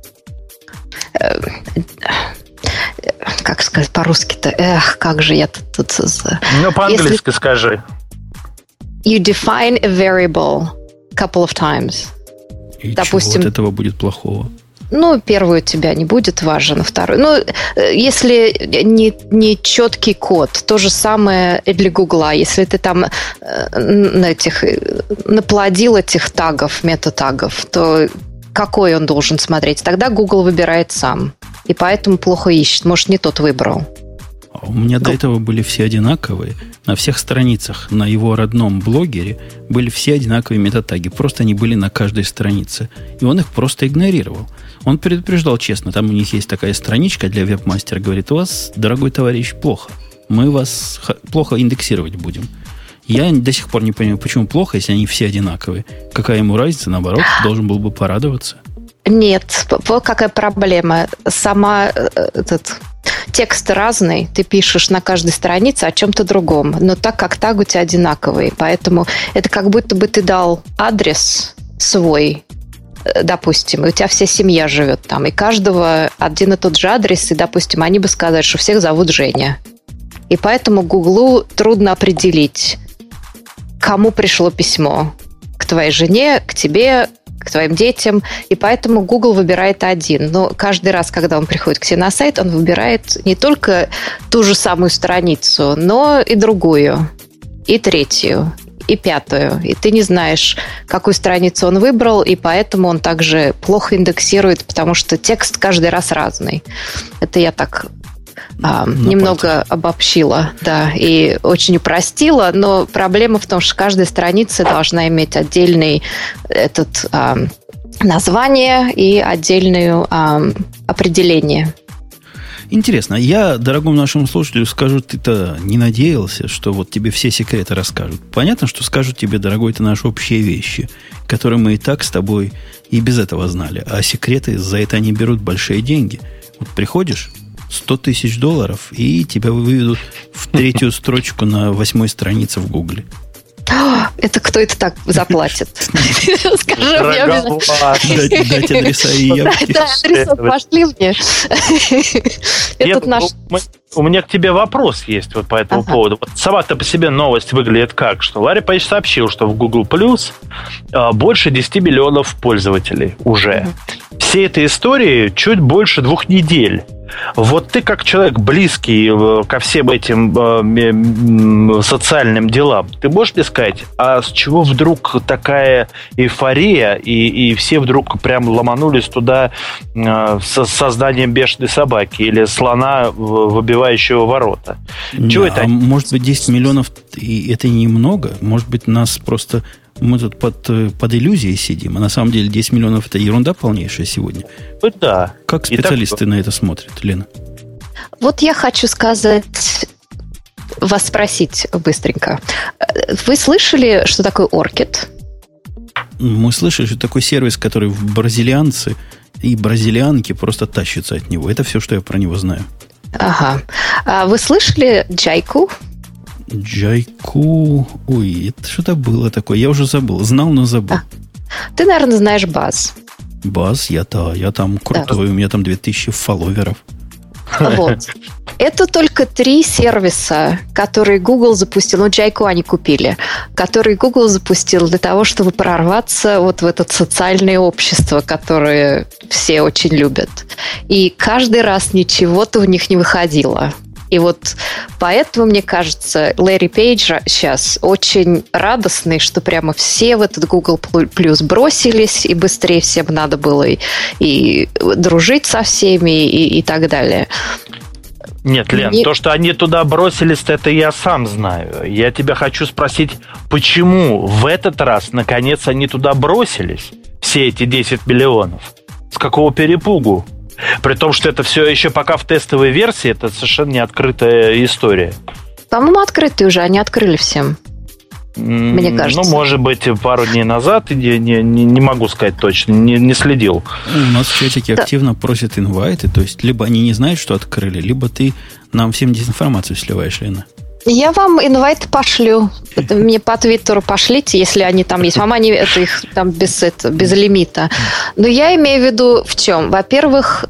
как сказать по-русски-то? Эх, как же я тут... тут ну, по-английски Если... скажи. You define a variable a couple of times. И допустим, чего от этого будет плохого? Ну, первую у тебя не будет важен, вторую. Ну, если не, не четкий код, то же самое и для Гугла. Если ты там на этих, наплодил этих тагов, мета-тагов, то какой он должен смотреть? Тогда Google выбирает сам. И поэтому плохо ищет. Может, не тот выбрал. У меня до этого были все одинаковые. На всех страницах, на его родном блогере были все одинаковые метатаги. Просто они были на каждой странице. И он их просто игнорировал. Он предупреждал честно. Там у них есть такая страничка для веб-мастера. Говорит, у вас, дорогой товарищ, плохо. Мы вас плохо индексировать будем. Я до сих пор не понимаю, почему плохо, если они все одинаковые. Какая ему разница? Наоборот, должен был бы порадоваться. Нет, вот какая проблема. Сама этот... Текст разный, ты пишешь на каждой странице о чем-то другом, но так как таг у тебя одинаковый. Поэтому это как будто бы ты дал адрес свой, допустим, и у тебя вся семья живет там, и каждого один и тот же адрес, и, допустим, они бы сказали, что всех зовут Женя. И поэтому Гуглу трудно определить, кому пришло письмо. К твоей жене, к тебе, к твоим детям, и поэтому Google выбирает один. Но каждый раз, когда он приходит к тебе на сайт, он выбирает не только ту же самую страницу, но и другую, и третью, и пятую. И ты не знаешь, какую страницу он выбрал, и поэтому он также плохо индексирует, потому что текст каждый раз разный. Это я так а, немного обобщила, да, и очень упростила, но проблема в том, что каждая страница должна иметь отдельный этот а, название и отдельное а, определение. Интересно. Я, дорогому нашему слушателю, скажу, ты-то не надеялся, что вот тебе все секреты расскажут. Понятно, что скажут тебе, дорогой, это наши общие вещи, которые мы и так с тобой и без этого знали. А секреты, за это они берут большие деньги. Вот приходишь, сто тысяч долларов, и тебя выведут в третью строчку на восьмой странице в Гугле. Это кто это так заплатит? Скажи мне обязательно. Дать адреса и явки. Да, адреса пошли мне. Этот наш... У меня к тебе вопрос есть вот по этому ага. поводу. Вот сама-то по себе новость выглядит как? Что Ларри Пейдж сообщил, что в Google Plus больше десять миллионов пользователей уже. Угу. Всей этой истории чуть больше двух недель. Вот ты как человек близкий ко всем этим э, социальным делам, ты можешь мне сказать, а с чего вдруг такая эйфория, и, и все вдруг прям ломанулись туда э, с созданием бешеной собаки или слона, выбивающего ворота? Чего да, это? А может быть, десять миллионов и это немного? Может быть, нас просто... Мы тут под, под иллюзией сидим, а на самом деле десять миллионов – это ерунда полнейшая сегодня. Вот да. Как специалисты так... на это смотрят, Лена? Вот я хочу сказать, вас спросить быстренько. Вы слышали, что такое Orchid? Мы слышали, что такой сервис, который в бразильянцы и бразильянки просто тащатся от него. Это все, что я про него знаю. Ага. А вы слышали Джайку? Джайку... Ой, это что-то было такое. Я уже забыл. Знал, но забыл. А. Ты, наверное, знаешь Баз. Баз? Я-то, я там крутой. Да. У меня там две тысячи фолловеров. Вот. Это только три сервиса, которые Google запустил. Ну, Джайку они купили. Которые Google запустил для того, чтобы прорваться вот в это социальное общество, которое все очень любят. И каждый раз ничего-то у них не выходило. И вот поэтому, мне кажется, Ларри Пейдж сейчас очень радостный, что прямо все в этот Google Plus бросились, и быстрее всем надо было и, и дружить со всеми, и, и так далее. Нет, Лен, Не... то, что они туда бросились, это я сам знаю. Я тебя хочу спросить, почему в этот раз, наконец, они туда бросились, все эти десять миллионов? С какого перепугу? При том, что это все еще пока в тестовой версии, это совершенно не открытая история. По-моему, открытые уже, они открыли всем. Мне кажется. Ну, может быть, пару дней назад, не, не, не могу сказать точно, не, не следил. У нас в чатике да. активно просят инвайты, то есть либо они не знают, что открыли, либо ты нам всем дезинформацию сливаешь, Лена. Я вам инвайт пошлю. Мне по Твиттеру пошлите, если они там есть. Вам они это их там без, это, без лимита. Но я имею в виду в чем? Во-первых,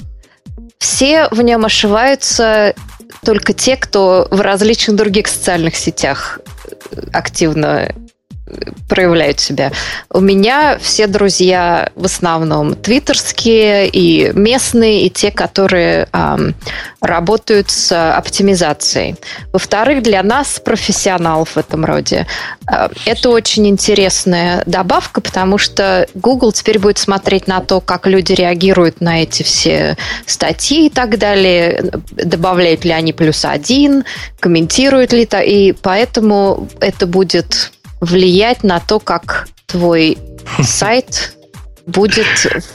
все в нем ошиваются только те, кто в различных других социальных сетях активно проявляют себя. У меня все друзья в основном твиттерские и местные, и те, которые эм, работают с оптимизацией. Во-вторых, для нас, профессионалов в этом роде, э, это очень интересная добавка, потому что Google теперь будет смотреть на то, как люди реагируют на эти все статьи и так далее, добавляют ли они плюс один, комментируют ли это, и поэтому это будет влиять на то, как твой сайт будет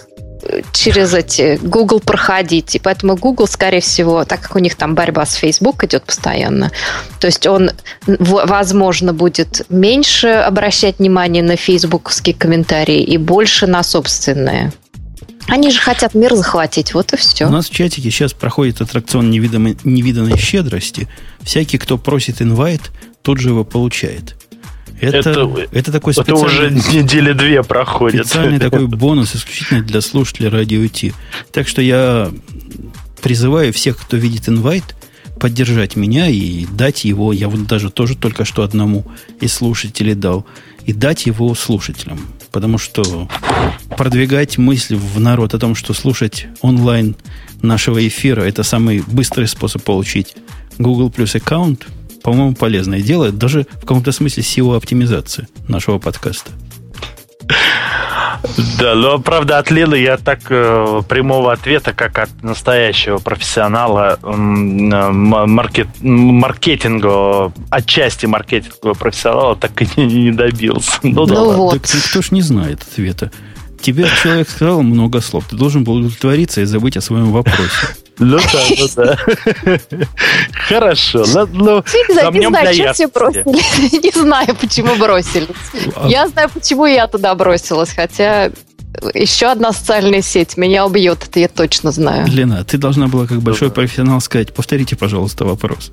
через эти Google проходить. И поэтому Google, скорее всего, так как у них там борьба с Facebook идет постоянно, то есть он, возможно, будет меньше обращать внимание на фейсбуковские комментарии и больше на собственные. Они же хотят мир захватить, вот и все. У нас в чатике сейчас проходит аттракцион невидимой, невиданной щедрости. Всякий, кто просит инвайт, тут же его получает. Это, это, это такой специальный... Это уже недели две проходит. Специальный такой бонус исключительно для слушателей Радио Ти. Так что я призываю всех, кто видит инвайт, поддержать меня и дать его. Я вот даже тоже только что одному из слушателей дал. И дать его слушателям. Потому что продвигать мысль в народ о том, что слушать онлайн нашего эфира, это самый быстрый способ получить Google Plus аккаунт, по-моему, полезное дело, даже в каком-то смысле сила оптимизации нашего подкаста. Да, но, правда, от Лены я так э, прямого ответа, как от настоящего профессионала э, маркет, маркетинга, отчасти маркетингового профессионала, так и не, не добился. Ну, ну да, вот. Так никто ж не знает ответа. Тебе человек сказал много слов. Ты должен был удовлетвориться и забыть о своем вопросе. Ну да, ну да. Хорошо. Ну, не знаю, что все бросили. Не знаю, почему бросились. Я знаю, почему я туда бросилась, хотя еще одна социальная сеть меня убьет, это я точно знаю. Лена, ты должна была, как большой профессионал, сказать: повторите, пожалуйста, вопрос.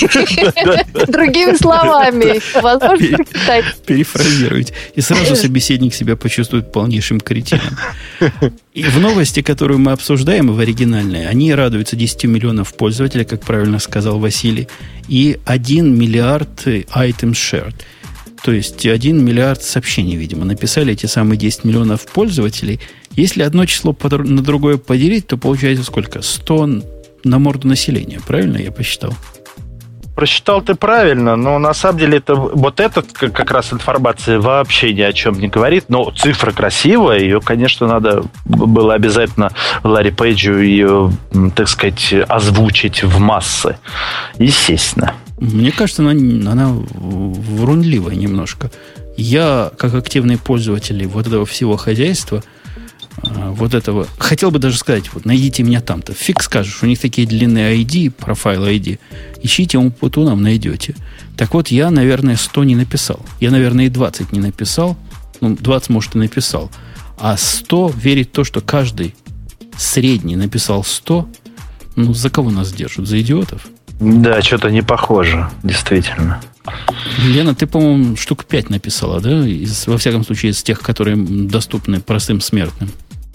Другими словами. Возможно, прочитать. Перефразируйте. И сразу собеседник себя почувствует полнейшим кретином. И в новости, которую мы обсуждаем, в оригинальной, они радуются десять миллионов пользователей, как правильно сказал Василий, и один миллиард items shared. То есть один миллиард сообщений, видимо, написали эти самые десять миллионов пользователей. Если одно число на другое поделить, то получается сколько? сто на морду населения. Правильно я посчитал? Просчитал ты правильно, но на самом деле это, вот эта как раз информация вообще ни о чем не говорит. Но цифра красивая, ее, конечно, надо было обязательно Ларри Пейджу ее, так сказать, озвучить в массы. Естественно. Мне кажется, она, она врунливая немножко. Я, как активный пользователь вот этого всего хозяйства, вот этого, хотел бы даже сказать, вот найдите меня там-то. Фиг скажешь, у них такие длинные ай ди, профайл ай ди. Ищите умпутуном, найдете. Так вот, я, наверное, сто не написал. Я, наверное, и двадцать не написал. Ну, двадцать, может, и написал. А сто верить в то, что каждый средний написал сто, ну, за кого нас держат? За идиотов? Да, что-то не похоже, действительно. Лена, ты, по-моему, штук пять написала, да? Из, во всяком случае, из тех, которые доступны простым смертным.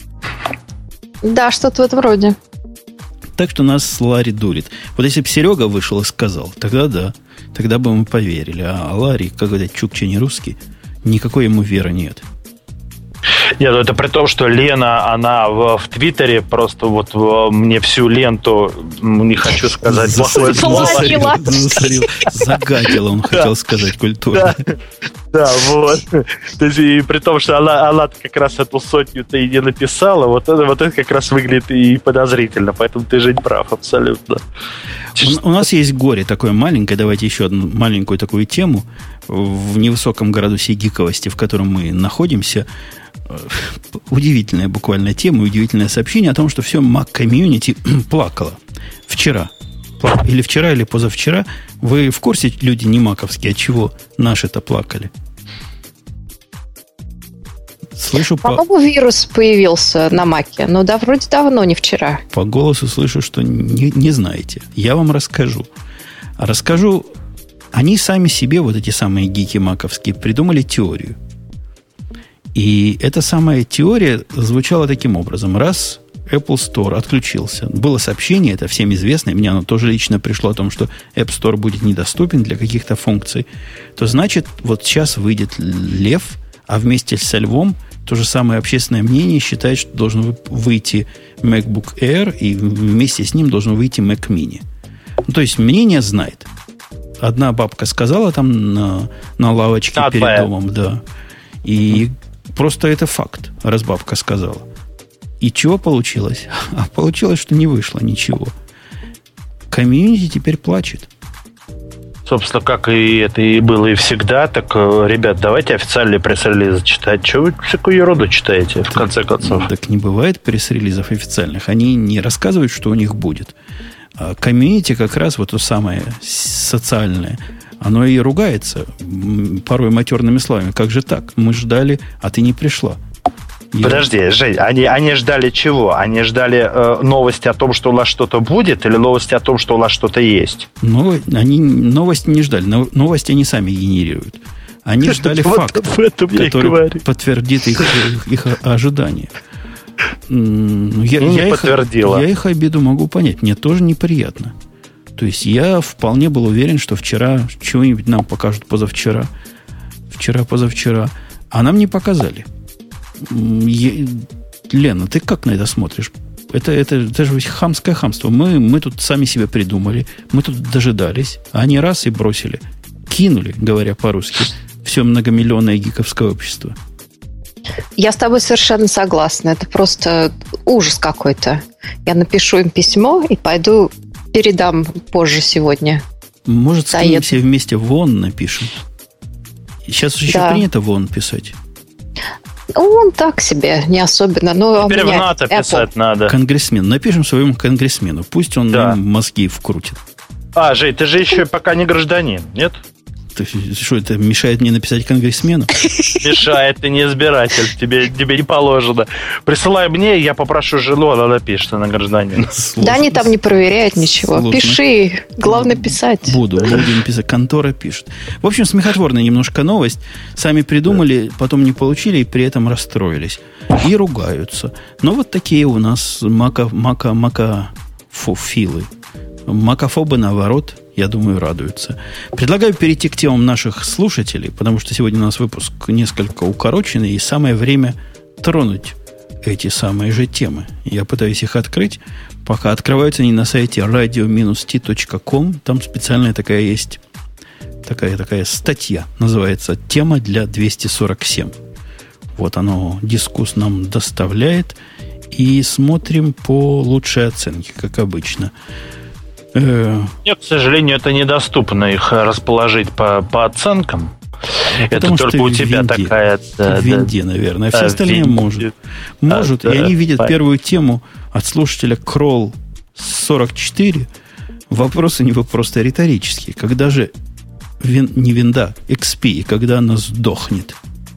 Да, что-то в этом роде. Так что нас Ларри дурит. Вот если бы Серега вышел и сказал, тогда да, тогда бы мы поверили. А Ларри, как говорят, чукча не русский, никакой ему веры нет. Нет, ну это при том, что Лена, она в, в Твиттере просто вот в, мне всю ленту, не хочу сказать плохое слово. Загадила, он хотел сказать культурно. Да, вот. То есть, и при том, что она, она как раз эту сотню-то и не написала, вот это, вот это как раз выглядит и подозрительно, поэтому ты же не прав абсолютно. У, у нас есть горе такое маленькое, давайте еще одну маленькую такую тему. В невысоком градусе гиковости, в котором мы находимся, удивительная буквально тема, удивительное сообщение о том, что все Mac Community плакало. Вчера. Или вчера, или позавчера. Вы в курсе, люди не маковские, от чего наши-то плакали? Слышу по... По-моему, вирус появился на Маке. Ну да, вроде давно, не вчера. По голосу слышу, что не, не знаете. Я вам расскажу. Расскажу. Они сами себе, вот эти самые гики маковские, придумали теорию. И эта самая теория звучала таким образом. Раз Apple Store отключился, было сообщение, это всем известно, и мне оно тоже лично пришло о том, что App Store будет недоступен для каких-то функций, то значит, вот сейчас выйдет лев, а вместе со львом то же самое общественное мнение считает, что должен выйти MacBook Air, и вместе с ним должен выйти Mac Mini. Ну, то есть мнение знает. Одна бабка сказала там на, на лавочке Not перед bad. домом, да. И mm. просто это факт, раз бабка сказала. И чего получилось? А получилось, что не вышло ничего. Комьюнити теперь плачет. Собственно, как и это и было и всегда, так, ребят, давайте официальные пресс-релизы читать. Чего вы всякую ерунду читаете, в конце концов? Так не бывает пресс-релизов официальных. Они не рассказывают, что у них будет. А комьюнити как раз вот то самое социальное, оно и ругается порой матерными словами. Как же так? Мы ждали, а ты не пришла. И Подожди, Жень, они, они ждали чего? Они ждали э, новости о том, что у нас что-то будет, или новости о том, что у нас что-то есть? Но, они новости не ждали. Новости они сами генерируют. Они ждали факт, который подтвердит их, их ожидания. Я, я, их, я их обиду могу понять. Мне тоже неприятно. То есть я вполне был уверен, что вчера чего-нибудь нам покажут позавчера. Вчера-позавчера. А нам не показали. Я, Лена, ты как на это смотришь? Это, это, это же хамское хамство. Мы, мы тут сами себе придумали. Мы тут дожидались. А они раз и бросили. Кинули, говоря по-русски, все многомиллионное гиковское общество. Я с тобой совершенно согласна. Это просто ужас какой-то. Я напишу им письмо и пойду передам позже сегодня. Может, скинемся вместе вон напишем? Сейчас еще да. принято вон писать. Он так себе, не особенно. Но теперь в НАТО Apple. Писать надо. Конгрессмен. Напишем своему конгрессмену. Пусть он да. нам мозги вкрутит. А, Жень, ты же еще пока не гражданин, нет? Ты, что, это мешает мне написать конгрессмену? Мешает, ты не избиратель. Тебе, тебе не положено. Присылай мне, я попрошу жену, она напишет, она гражданин. Да они там не проверяют ничего. Сложно. Пиши, главное писать. Буду, будем писать. Контора пишет. В общем, смехотворная немножко новость. Сами придумали, потом не получили и при этом расстроились. И ругаются. Но вот такие у нас мака, мака, мака филы. Макафобы, наоборот, я думаю, радуются. Предлагаю перейти к темам наших слушателей, потому что сегодня у нас выпуск несколько укороченный, и самое время тронуть эти самые же темы. Я пытаюсь их открыть. Пока открываются они на сайте радио ти точка ком. Там специальная такая есть такая, такая статья. Называется «Тема для двести сорок семь». Вот оно дискус нам доставляет. И смотрим по лучшей оценке, как обычно. Нет, к сожалению, это недоступно их расположить по, по оценкам. Потому это только у тебя винде. такая... Да, в винде, да, наверное. А все да, остальные может. Может. А, и да, они видят да. первую тему от слушателя Кролл сорок четыре. Вопросы не просто риторические. Когда же вин, не винда, икс пи, когда она сдохнет?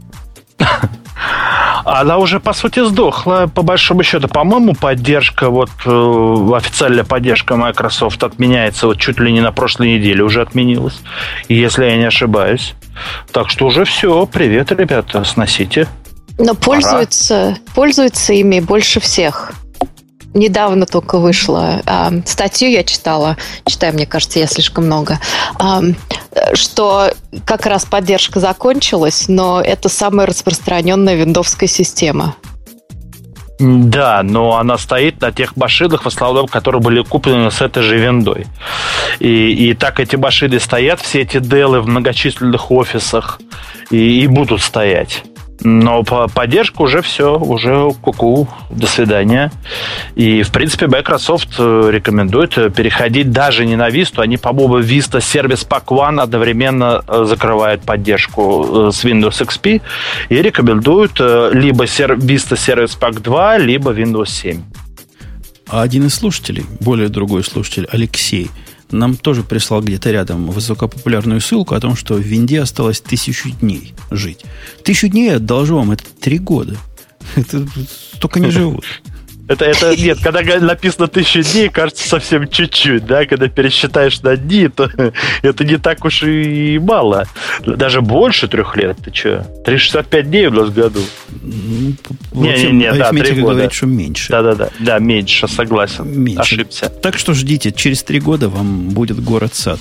Она уже, по сути, сдохла, по большому счету. По-моему, поддержка, вот э, официальная поддержка Microsoft отменяется вот чуть ли не на прошлой неделе уже отменилась, если я не ошибаюсь. Так что уже все, привет, ребята, сносите. Но пользуются, пользуются ими больше всех. Недавно только вышла а, статью я читала, читаю, мне кажется, я слишком много, а, что как раз поддержка закончилась, но это самая распространенная виндовская система. Да, но она стоит на тех машинах, в основном, которые были куплены с этой же виндой. И, и так эти машины стоят, все эти делы в многочисленных офисах, и, и будут стоять. Но по поддержку уже все, уже ку-ку, до свидания. И, в принципе, Microsoft рекомендует переходить даже не на Vista, они, по-моему, Vista Service Pack один одновременно закрывают поддержку с Windows икс пи и рекомендуют либо Vista Service Pack два, либо Windows семь. А один из слушателей, более другой слушатель, Алексей, нам тоже прислал где-то рядом высокопопулярную ссылку о том, что в винде осталось тысячу дней жить. Тысячу дней, я одолжу вам, это три года. Это столько не живут. Это, это нет, когда написано тысячу дней, кажется совсем чуть-чуть, да, когда пересчитаешь на дни, то это не так уж и мало. Даже больше трех лет, ты что? триста шестьдесят пять дней у нас в году. Ну, не, не, не, да, три года. Говорит, что меньше. Да-да-да, да, меньше, согласен, меньше. Ошибся. Так что ждите, через три года вам будет город-сад.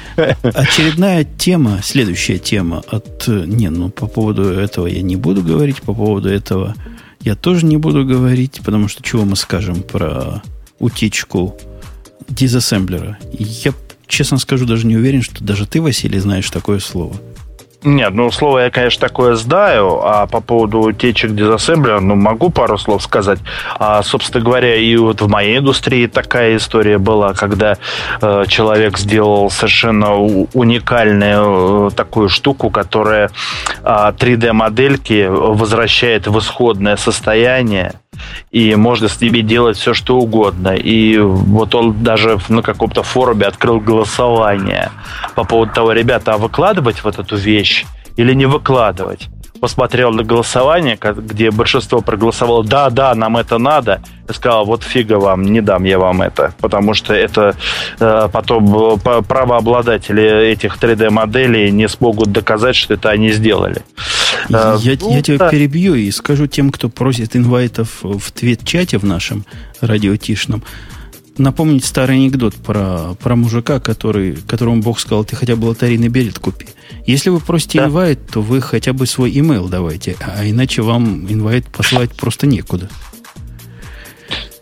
Очередная тема, следующая тема от... Не, ну, по поводу этого я не буду говорить, по поводу этого... Я тоже не буду говорить, потому что чего мы скажем про утечку дизассемблера? Я, честно скажу, даже не уверен, что даже ты, Василий, знаешь такое слово. Нет, ну, слово я, конечно, такое знаю, а по поводу утечек дизассемблера, ну, могу пару слов сказать. А, собственно говоря, и вот в моей индустрии такая история была, когда э, человек сделал совершенно уникальную э, такую штуку, которая э, три дэ-модельки возвращает в исходное состояние, и можно с ними делать все, что угодно. И вот он даже на каком-то форуме открыл голосование по поводу того, ребята, а выкладывать вот эту вещь или не выкладывать? Посмотрел на голосование, где большинство проголосовало «да, да, нам это надо», и сказал «вот фига вам, не дам я вам это», потому что это э, потом правообладатели этих три дэ-моделей не смогут доказать, что это они сделали. Я, я, ну, я тебя да. перебью и скажу тем, кто просит инвайтов в твит-чате в нашем радиотишном, напомнить старый анекдот про, про мужика, который, которому Бог сказал, ты хотя бы лотерейный билет купи. Если вы просите да. инвайт, то вы хотя бы свой имейл давайте, а иначе вам инвайт посылать просто некуда.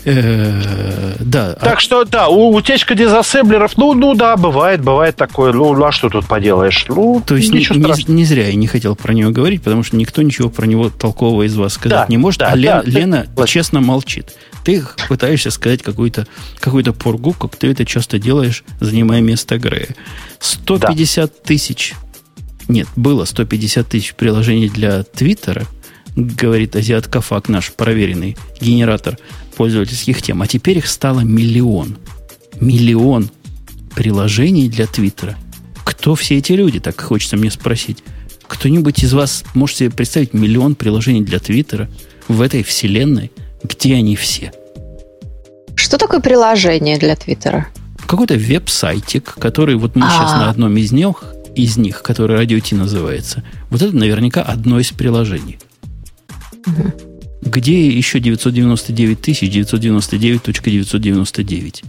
Да. Так что, да, утечка дизассемблеров, ну, ну да, бывает, бывает такое. Ну, а что тут поделаешь? Ну, то есть ничего страшного. Не зря я не хотел про него говорить, потому что никто ничего про него толкового из вас сказать не может, а Лена честно молчит. Ты пытаешься сказать какую-то, какую-то пургу, как ты это часто делаешь, занимая место Грея. сто пятьдесят тысяч, нет, было сто пятьдесят тысяч приложений для Твиттера, говорит Азиат Кафак, наш проверенный генератор пользовательских тем. А теперь их стало миллион. Миллион приложений для Твиттера. Кто все эти люди, так хочется мне спросить. Кто-нибудь из вас может себе представить миллион приложений для Твиттера в этой вселенной? Где они все? Что такое приложение для Твиттера? Какой-то веб-сайтик, который вот мы А-а-а. сейчас на одном из них, из них, который Радио Ти называется. Вот это наверняка одно из приложений. Угу. Где еще девятьсот девяносто девять тысяч девятьсот девяносто девять точка девятьсот девяносто девять?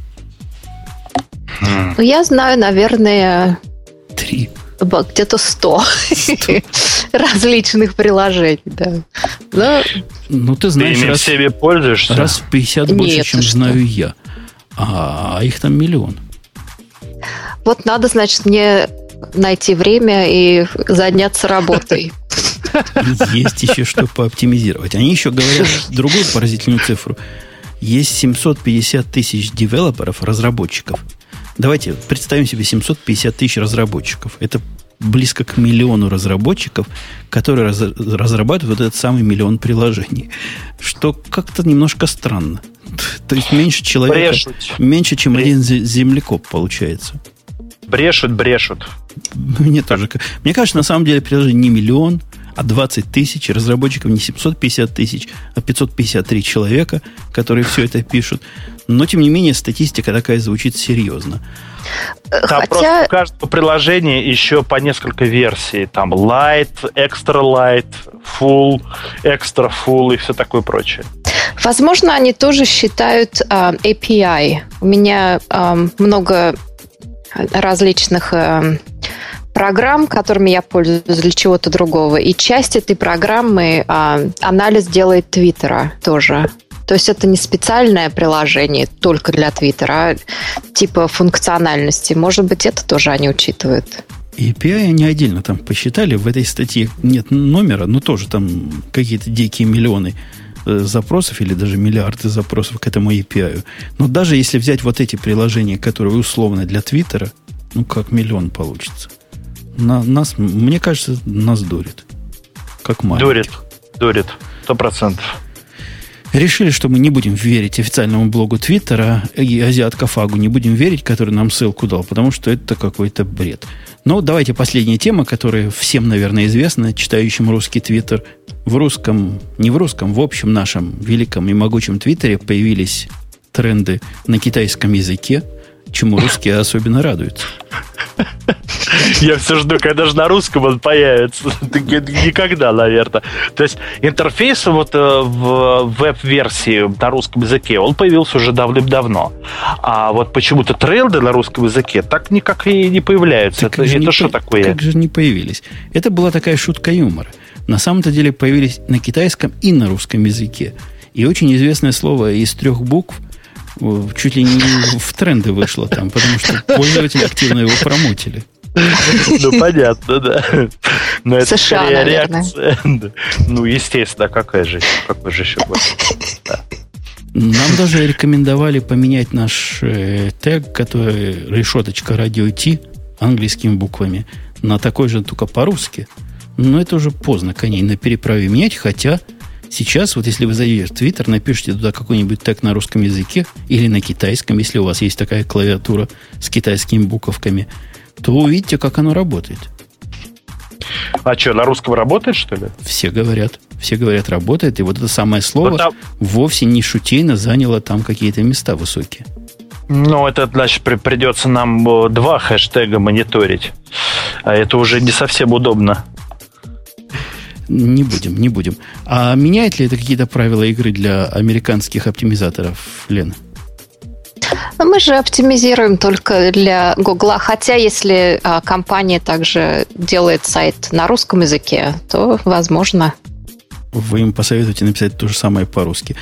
Ну, я знаю, наверное... Три. Где-то сто различных приложений, да. Но... Ну, ты знаешь, ты ими раз, всеми пользуешься? Раз в пятьдесят больше, Нет, чем знаю я. А, а их там миллион. Вот надо, значит, мне найти время и заняться работой. Есть еще что пооптимизировать. Они еще говорят другую поразительную цифру. Есть семьсот пятьдесят тысяч девелоперов, разработчиков. Давайте представим себе семьсот пятьдесят тысяч разработчиков. Это близко к миллиону разработчиков, которые раз, разрабатывают вот этот самый миллион приложений. Что как-то немножко странно. То есть меньше человека, брешут. меньше, чем Бре... один землекоп получается. Брешут, брешут. Мне тоже. Мне кажется, на самом деле приложение не миллион, а двадцать тысяч. Разработчиков не семьсот пятьдесят тысяч, а пятьсот пятьдесят три человека, которые все это пишут. Но, тем не менее, статистика такая звучит серьезно. Там Хотя... просто у каждого приложения еще по несколько версий. Там Light, Extra Light, Full, Extra Full и все такое прочее. Возможно, они тоже считают uh, эй пи ай. У меня uh, много различных uh, программ, которыми я пользуюсь для чего-то другого. И часть этой программы uh, анализ делает Твиттера тоже. То есть это не специальное приложение только для Твиттера, а типа функциональности. Может быть, это тоже они учитывают. эй пи ай они отдельно там посчитали. В этой статье нет номера, но тоже там какие-то дикие миллионы запросов или даже миллиарды запросов к этому эй пи ай. Но даже если взять вот эти приложения, которые условно для Твиттера, ну как миллион получится. На, нас, мне кажется, нас дурит. Как маленьких. Дурит, дурит, сто процентов. Решили, что мы не будем верить официальному блогу Твиттера и Азиат Кафагу не будем верить, который нам ссылку дал, потому что это какой-то бред. Но давайте последняя тема, которая всем, наверное, известна, читающим русский Твиттер. В русском, не в русском, в общем нашем великом и могучем Твиттере появились тренды на китайском языке, чему русские особенно радуются. Я все жду, когда же на русском он появится. Никогда, наверное. То есть интерфейс вот в веб-версии на русском языке, он появился уже давным-давно. А вот почему-то тренды на русском языке так никак и не появляются. Так это это что по... такое? Как же не появились? Это была такая шутка юмора. На самом-то деле появились на китайском и на русском языке. И очень известное слово из трех букв чуть ли не в тренды вышло там, потому что пользователи активно его промотили. Ну, понятно, да. Но это США, скорее наверное. реакция. Ну, естественно, какая же, какой же еще будет. Да. Нам даже рекомендовали поменять наш э, тег, который решеточка радио Ти английскими буквами, на такой же, только по-русски. Но это уже поздно коней на переправе менять, хотя сейчас, вот если вы зайдете в Твиттер, напишите туда какой-нибудь тег на русском языке или на китайском, если у вас есть такая клавиатура с китайскими буковками, то увидите, как оно работает. А что, на русском работает, что ли? Все говорят. Все говорят, работает. И вот это самое слово вот там... вовсе не шутейно заняло там какие-то места высокие. Ну, это, значит, при, придется нам два хэштега мониторить. А это уже не совсем удобно. Не будем, не будем. А меняет ли это какие-то правила игры для американских оптимизаторов, Лена? Мы же оптимизируем только для Гугла. Хотя, если а, компания также делает сайт на русском языке, то возможно. Вы им посоветуете написать то же самое по-русски.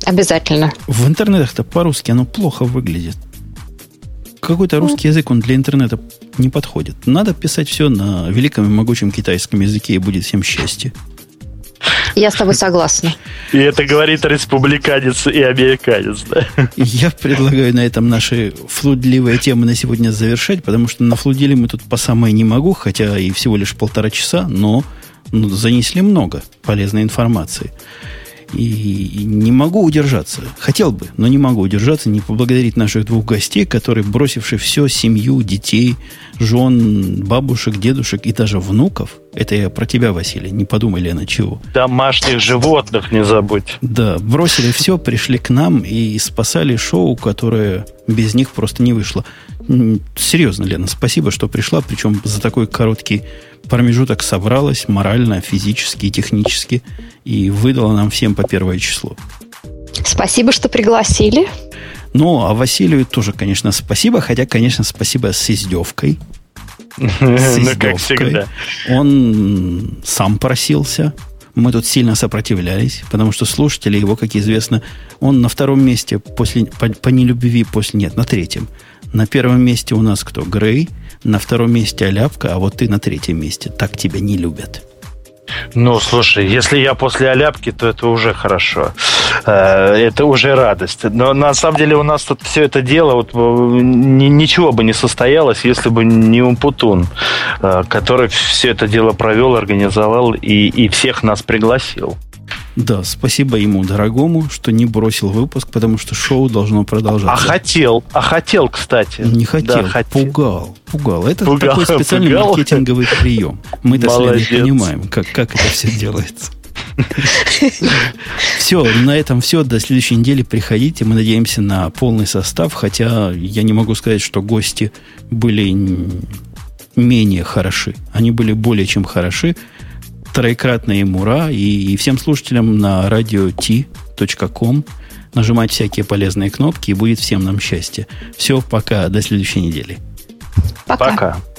Обязательно. В интернетах-то по-русски оно плохо выглядит. Какой-то русский язык, он для интернета не подходит. Надо писать все на великом и могучем китайском языке, и будет всем счастье. Я с тобой согласна. И это говорит республиканец и американец, да? Я предлагаю на этом наши флудливые темы на сегодня завершать, потому что нафлудили мы тут по самой не могу, хотя и всего лишь полтора часа, но ну, занесли много полезной информации. И не могу удержаться. Хотел бы, но не могу удержаться, не поблагодарить наших двух гостей, которые, бросивши все, семью, детей, жен, бабушек, дедушек и даже внуков, это я про тебя, Василий, не подумай, Лена, чего. Домашних животных не забудь. Да, бросили все, пришли к нам и спасали шоу, которое без них просто не вышло. Серьезно, Лена, спасибо, что пришла, причем за такой короткий промежуток собралась морально, физически и технически и выдала нам всем по первое число. Спасибо, что пригласили. Ну, а Василию тоже, конечно, спасибо, хотя, конечно, спасибо с издевкой. Ну, как всегда. Он сам просился. Мы тут сильно сопротивлялись, потому что слушатели его, как известно, он на втором месте после, по, по нелюбви, после нет, на третьем. На первом месте у нас кто? Грей, на втором месте Аляпка, а вот ты на третьем месте. Так тебя не любят. Ну, слушай, если я после Аляпки, то это уже хорошо. Это уже радость. Но на самом деле у нас тут все это дело, вот, ничего бы не состоялось, если бы не Умпутун, который все это дело провел, организовал и, и всех нас пригласил. Да, спасибо ему, дорогому, что не бросил выпуск, потому что шоу должно продолжаться. А хотел, а хотел, кстати. Не хотел, да, хотел. пугал, пугал. Это пугал, такой специальный пугал. маркетинговый прием. Мы-то с Леной Молодец. понимаем, как, как это все делается. Все, на этом все. До следующей недели приходите. Мы надеемся на полный состав, хотя я не могу сказать, что гости были менее хороши. Они были более чем хороши. Троекратное им ура. И, и всем слушателям на радио ти точка ком нажимать всякие полезные кнопки, и будет всем нам счастье. Все, пока. До следующей недели. Пока. Пока.